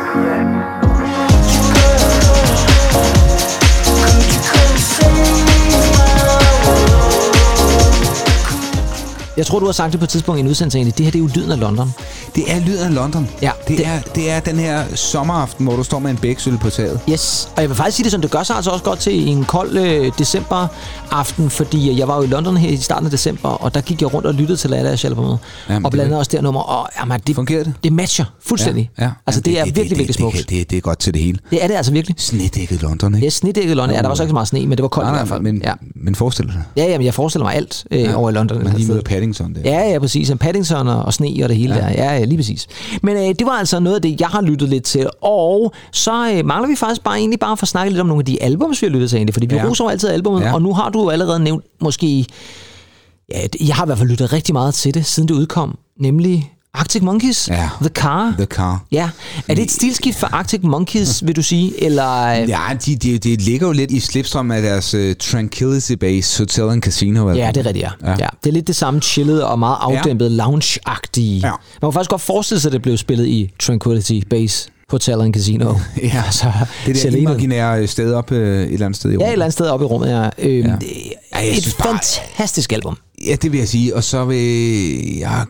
Jeg tror, du har sagt det på et tidspunkt i en udsendelse egentlig. Det her, det er jo lyden af London. Det er lyden af London. Ja. Det, det, er, det er den her sommeraften, hvor du står med en bæksøl på taget. Yes, og jeg vil faktisk sige det sådan, det gør sig altså også godt til en kold øh, decemberaften, fordi jeg var jo i London her i starten af december, og der gik jeg rundt og lyttede til Ladders-albumet. Og blandt andet også det her nummer, og jamen, det, fungerer det? Det matcher fuldstændig. Ja, ja. Altså jamen, det, det er det, virkelig, det, virkelig smukt. Det, det, det er godt til det hele. Det er det altså virkelig. Snedækket London, ikke? Ja, snedækket London. Ja, der var så ikke så meget sne, men det var koldt nej, nej, i hvert fald. Men, ja. men forestil dig det. Ja, jamen, jeg forestiller mig alt øh, ja. over i London. Man lige møder Paddington der. Ja, ja, præcis. En Paddington og, og sne og det hele ja. der. Ja, ja, lige præcis. Men øh, det var altså noget af det, jeg har lyttet lidt til. Og så øh, mangler vi faktisk bare egentlig bare for at snakke lidt om nogle af de albums, vi har lyttet til egentlig. Fordi vi ja. roser altid albumet, ja. og nu har du allerede nævnt måske... Ja, jeg har i hvert fald lyttet rigtig meget til det, siden det udkom. Nemlig Arctic Monkeys, ja. The Car. The Car. Ja. Er det et stilskift for Arctic Monkeys, vil du sige? Eller... Ja, de, de, de ligger jo lidt i slipstrøm af deres uh, Tranquility Base Hotel and Casino. Ja, det er rigtigt, ja. Ja. ja. Det er lidt det samme chillede og meget afdæmpet ja. lounge-agtige. Ja. Man kan faktisk godt forestille sig, at det blev spillet i Tranquility Base Hotel and Casino. Ja, altså, det er det imaginære sted op øh, et eller andet sted i rummet. Ja, et eller andet sted op i rummet, ja. Øhm, ja. ja et fantastisk bare, album. Ja, det vil jeg sige. Og så vil jeg...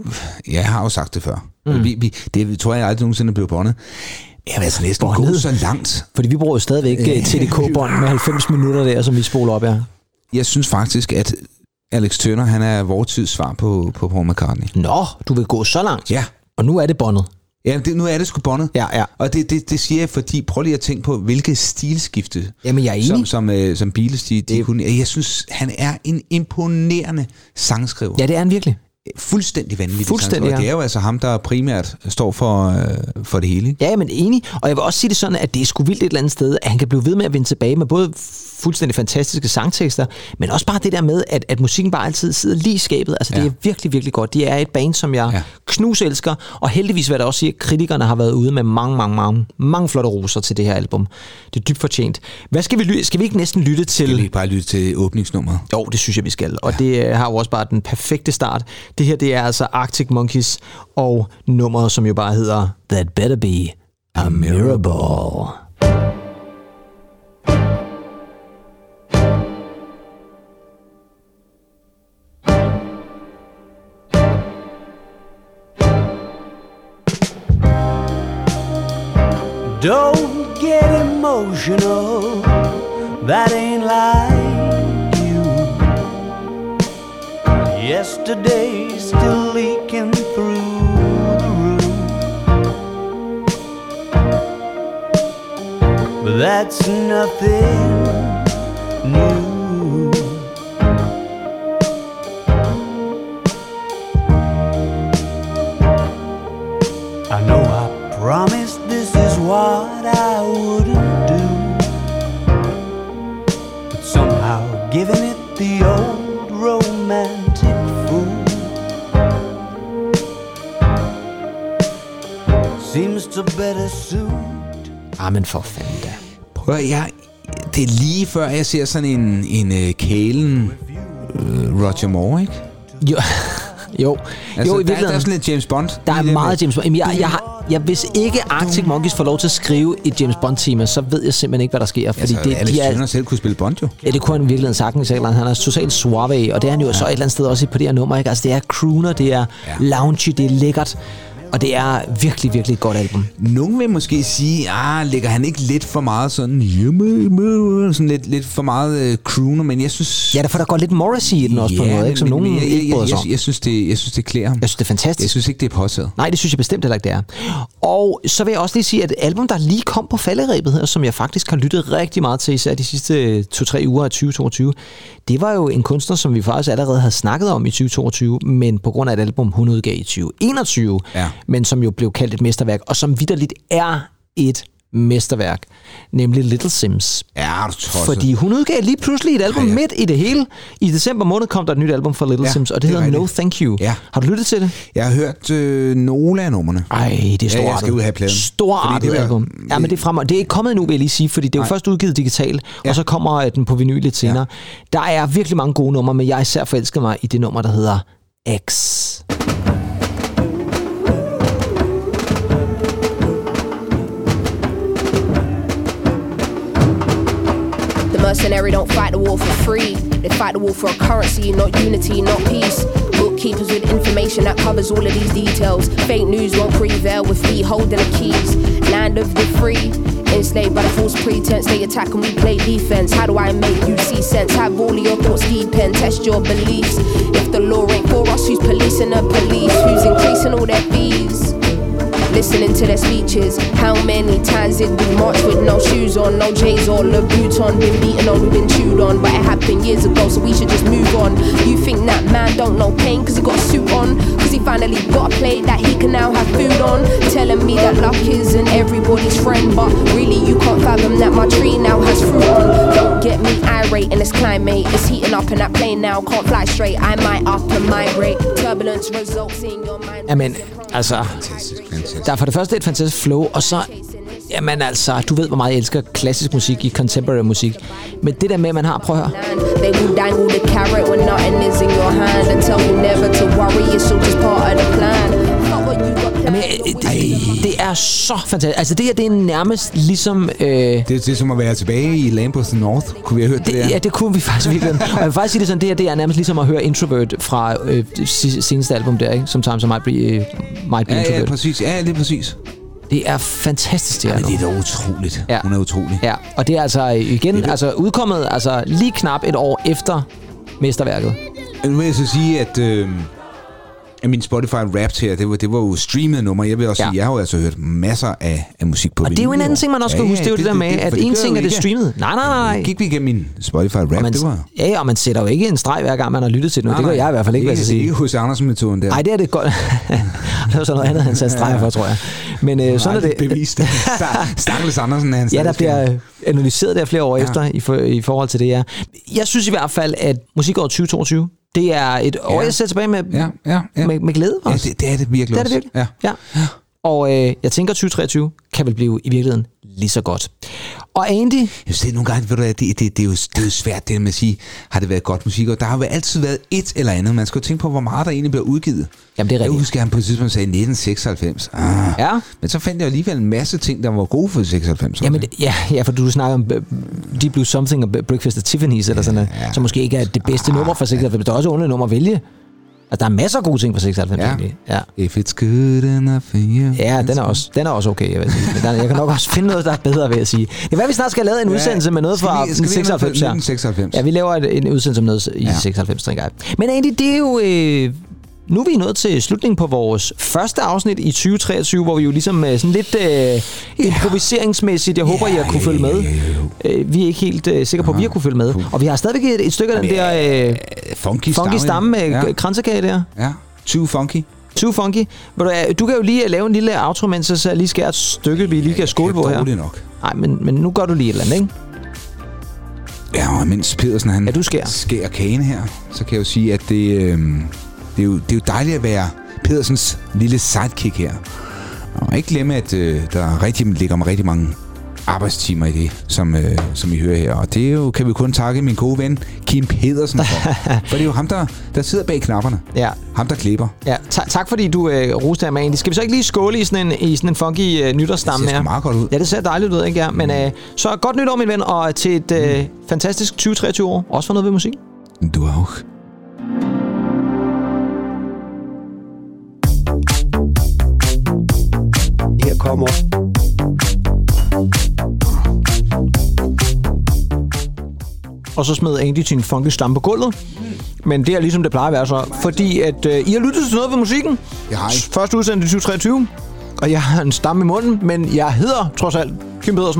Jeg har jo sagt det før. Mm. Vi, vi, det tror jeg aldrig nogensinde blev båndet. Jeg vil altså næsten gå så langt. Fordi vi bruger jo stadigvæk øh, T D K-bånd med halvfems minutter der, som vi spoler op, ja. Jeg synes faktisk, at Alex Turner, han er vores tids svar på, på Paul McCartney. Nå, du vil gå så langt? Ja. Og nu er det båndet? Ja, det, nu er det sgu båndet. Ja, ja. Og det, det, det siger jeg, fordi prøv lige at tænke på, hvilke stilskifte, Jamen, jeg er enig. som, som, uh, som Beatles, de, de kunne. Jeg synes, han er en imponerende sangskriver. Ja, det er han virkelig. Fuldstændig vanvittig Fuldstændig, ja. Det er jo altså ham, der primært står for, øh, for det hele. Ja, men enig. Og jeg vil også sige det sådan, at det er sgu vildt et eller andet sted, at han kan blive ved med at vende tilbage med både fuldstændig fantastiske sangtekster, men også bare det der med, at, at musikken bare altid sidder lige i skabet. Altså, det ja. er virkelig, virkelig godt. De er et band, som jeg ja. knuselsker, og heldigvis vil jeg da også sige, at kritikerne har været ude med mange, mange, mange, mange flotte roser til det her album. Det er dybt fortjent. Hvad skal vi lytte? Skal vi ikke næsten lytte til... Skal vi ikke bare lytte til åbningsnummeret? Jo, det synes jeg, vi skal. Og det uh, har jo også bare den perfekte start. Det her, det er altså Arctic Monkeys, og nummeret, som jo bare hedder That Better Be a Mirrorball. Don't get emotional, that ain't like you. Yesterday's still leaking through the roof, but that's nothing new. I know I promised this is what I wouldn't do, but somehow giving it the old romantic fool seems to better suit. Ah, men for fanden da. Prøv at, jeg, det er lige før jeg ser sådan en, en uh, kælen uh, Roger Moore, ikke? Jo. Jo, altså, jo i der, der er sådan lidt James Bond. Der er meget James Bond. Jamen, jeg, jeg har, jeg, hvis ikke Arctic Monkeys får lov til at skrive et James Bond-tema, så ved jeg simpelthen ikke, hvad der sker. Fordi altså, det, Alex de er, Turner selv kunne spille Bond, jo. Ja, det kunne han virkelig sagtens. Han er totalt suave, og det er han jo ja. så et eller andet sted også på det her nummer. Ikke? Altså, det er crooner, det er ja. loungy, det er lækkert. Og det er virkelig, virkelig et godt album. Nogen vil måske sige, ah, lægger han ikke lidt for meget sådan, hjemme, sådan lidt, lidt for meget uh, crooner, men jeg synes... Ja, derfor der går lidt Morrissey i den også ja, på noget, ikke? Som nogen jeg, jeg, ikke bryder sig om. Jeg, jeg, synes, det, jeg synes, det klæder ham. Jeg synes, det er fantastisk. Jeg synes ikke, det er påtaget. Nej, det synes jeg bestemt heller ikke, det er. Og så vil jeg også lige sige, at et album, der lige kom på falderebet her, som jeg faktisk har lyttet rigtig meget til, især de sidste to-tre uger af tyve toogtyve, det var jo en kunstner, som vi faktisk allerede havde snakket om i tyve toogtyve, men på grund af et album, hun udgav i tyve enogtyve, ja. men som jo blev kaldt et mesterværk, og som vitterligt er et mesterværk, nemlig Little Sims. Ja, du tosset. Fordi hun udgav lige pludselig et album ja, ja. midt i det hele. I december måned kom der et nyt album fra Little ja, Sims, og det, det hedder No Thank You. Ja. Har du lyttet til det? Jeg har hørt øh, nogle af numrene. Ej, det er storartet. Ja, jeg skal ud have pladen. Storartet var, album. Ja, men det er frem. Det er ikke kommet endnu, vil jeg lige sige, fordi det er jo Nej. først udgivet digitalt, ja. og så kommer den på vinyl lidt senere. Ja. Der er virkelig mange gode numre, men jeg især forelsker mig i det nummer, der hedder X. Mercenary don't fight the war for free. They fight the war for a currency, not unity, not peace. Bookkeepers with information that covers all of these details. Fake news won't prevail with feet holding the keys. Land of the free, enslaved by the false pretense. They attack and we play defense. How do I make you see sense? Have all of your thoughts deep and test your beliefs. If the law ain't for us, who's policing the police? Who's increasing all their fees? Listening to their speeches. How many times did we march with no shoes on, no J's or Louboutin? Been beaten on, we've been chewed on, but it happened years ago, so we should just move on. You think that man don't know pain cause he got a suit on, cause he finally got a plate that he can now have food on? Telling me that luck isn't everybody's friend, but really you can't fathom that my tree now has fruit on. Don't get me irate in this climate, it's heating up in that plane now, can't fly straight, I might up and migrate. Turbulence results in your mind. Amen, altså... Der er for det første et fantastisk flow, og så, jamen altså, du ved, hvor meget jeg elsker klassisk musik i contemporary musik. Men det der med, at man har, prøv at høre. Jamen, det, det er så fantastisk. Altså, det her, det er nærmest ligesom... Øh... Det, det er som at være tilbage i Lamb of the North. Kunne vi have hørt det, det der? Ja, det kunne vi faktisk virkelig. Og jeg vil faktisk sige det sådan, det her, det er nærmest ligesom at høre Introvert fra øh, seneste album der, ikke? Sometimes I might be, uh, might be ja, Introvert. Ja, præcis. Ja, det er præcis. Det er fantastisk, det her. Ja, det er da utroligt. Ja. Hun er utrolig. Ja, og det er altså igen det er altså udkommet altså lige knap et år efter mesterværket. Nu vil jeg så sige, at... Øh... Min Spotify Wrapped her, det var, det var jo streamet nummer. Jeg vil også ja. sige, jeg har jo altså hørt masser af, af musik på. Og det er jo en anden ting, man også skal ja, huske. Det er jo det, det der med, det, det, at en ting er det streamet. Nej, nej, nej. Gik vi igennem min Spotify Wrapped, man, det var... Ja, og man sætter jo ikke en streg, hver gang man har lyttet til det. Det gør jeg i hvert fald ikke, hvad jeg sige. Det er ikke hos Andersen-metoden der. Nej, det er det godt. Det var sådan noget andet, han satte streger for, tror jeg. Men øh, sådan er det... Bevist. Stakkels Andersen er han ja, der bliver analyseret der flere år ja. efter i, for, i forhold til det, ja. Jeg synes i hvert fald, at musikåret tyve toogtyve, det er et år, ja. jeg sætter tilbage med, ja, ja, ja. med, med glæde også. Ja, det, det er det virkelig det er det virkelig. Ja. Ja. Ja. Og øh, jeg tænker, tyve treogtyve kan vel blive i virkeligheden lige så godt. Og Andy... Jeg synes, nogle gange, ved du, det, det, det, er jo, det er jo svært det med at sige, har det været godt musik? Og der har jo altid været et eller andet. Man skal jo tænke på, hvor meget der egentlig bliver udgivet. Jamen, det er rigtigt. Jeg husker, at han på et tidspunkt sagde nitten seksoghalvfems. Ah. Ja. Men så fandt jeg alligevel en masse ting, der var gode for seksoghalvfems. Jamen, det, ja, ja, for du snakker om Deep Blue Something og Breakfast at Tiffany's, eller sådan noget, ja. som måske ikke er det bedste ah, nummer for seksoghalvfems. Der er også underligt nummer at vælge. Altså, der er masser af gode ting for seksoghalvfems. Ja. Ja. If it's good enough for you. Ja, den er også, den er også okay, jeg vil sige. Men der, jeg kan nok også finde noget, der er bedre, ved at sige. Det er hvad, vi snart skal have lavet en udsendelse med noget fra seksoghalvfems her. seksoghalvfems. Ja, vi laver en udsendelse med noget i ja. seksoghalvfems, tænker jeg. Men egentlig, det er jo... Øh, nu er vi nået til slutningen på vores første afsnit i tyve treogtyve, hvor vi jo ligesom sådan lidt øh, improviseringsmæssigt, jeg håber, I har kunne følge med. Øh, vi er ikke helt øh, sikre på, at vi har kunne følge med. Og vi har stadigvæk et, et stykke af den der øh, funky, funky stamme med ja. kransekage der. Ja, too funky. Too funky. Du kan jo lige lave en lille outro, mens jeg lige skærer et stykke, vi lige kan skåle på her. Det er nok. Nej, men, men nu gør du lige et eller andet, ikke? Ja, og mens Pedersen han ja, du skærer. skærer kagen her, så kan jeg jo sige, at det... Øh, Det er, jo, det er jo dejligt at være Pedersens lille sidekick her. Og ikke glemme, at øh, der rigtig, ligger mig rigtig mange arbejdstimer i det, som, øh, som I hører her. Og det er jo, kan vi kun takke min gode ven, Kim Pedersen for. For det er jo ham, der, der sidder bag knapperne. Ja. Ham, der klipper. Ja, ta- tak fordi du øh, roste her med Andy. Skal vi så ikke lige skåle i sådan en, i sådan en funky øh, nytårsstamme her? Det ser meget godt ud. Ja, det ser dejligt ud, ikke? Ja. Men øh, så godt nytår, min ven, og til et øh, mm. fantastisk tyve treogtyve år. Også for noget ved musik. Du også. Her kommer og så smed Andy sin funky stamme på gulvet. Men det er ligesom det plejer at være så. Fordi at øh, I har lyttet til noget ved musikken. Jeg har ikke. Første udsendelse i tyve treogtyve. Og jeg har en stamme i munden, men jeg hedder trods alt Kim Pedersen.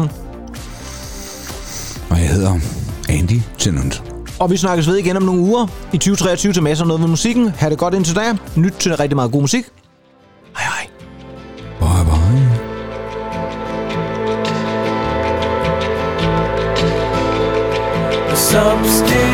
Og jeg hedder Andy Tennant. Og vi snakkes ved igen om nogle uger i tyve treogtyve til masser af noget ved musikken. Ha' det godt indtil da. Nyt til rigtig meget god musik. Hej hej. Bye bye. substance.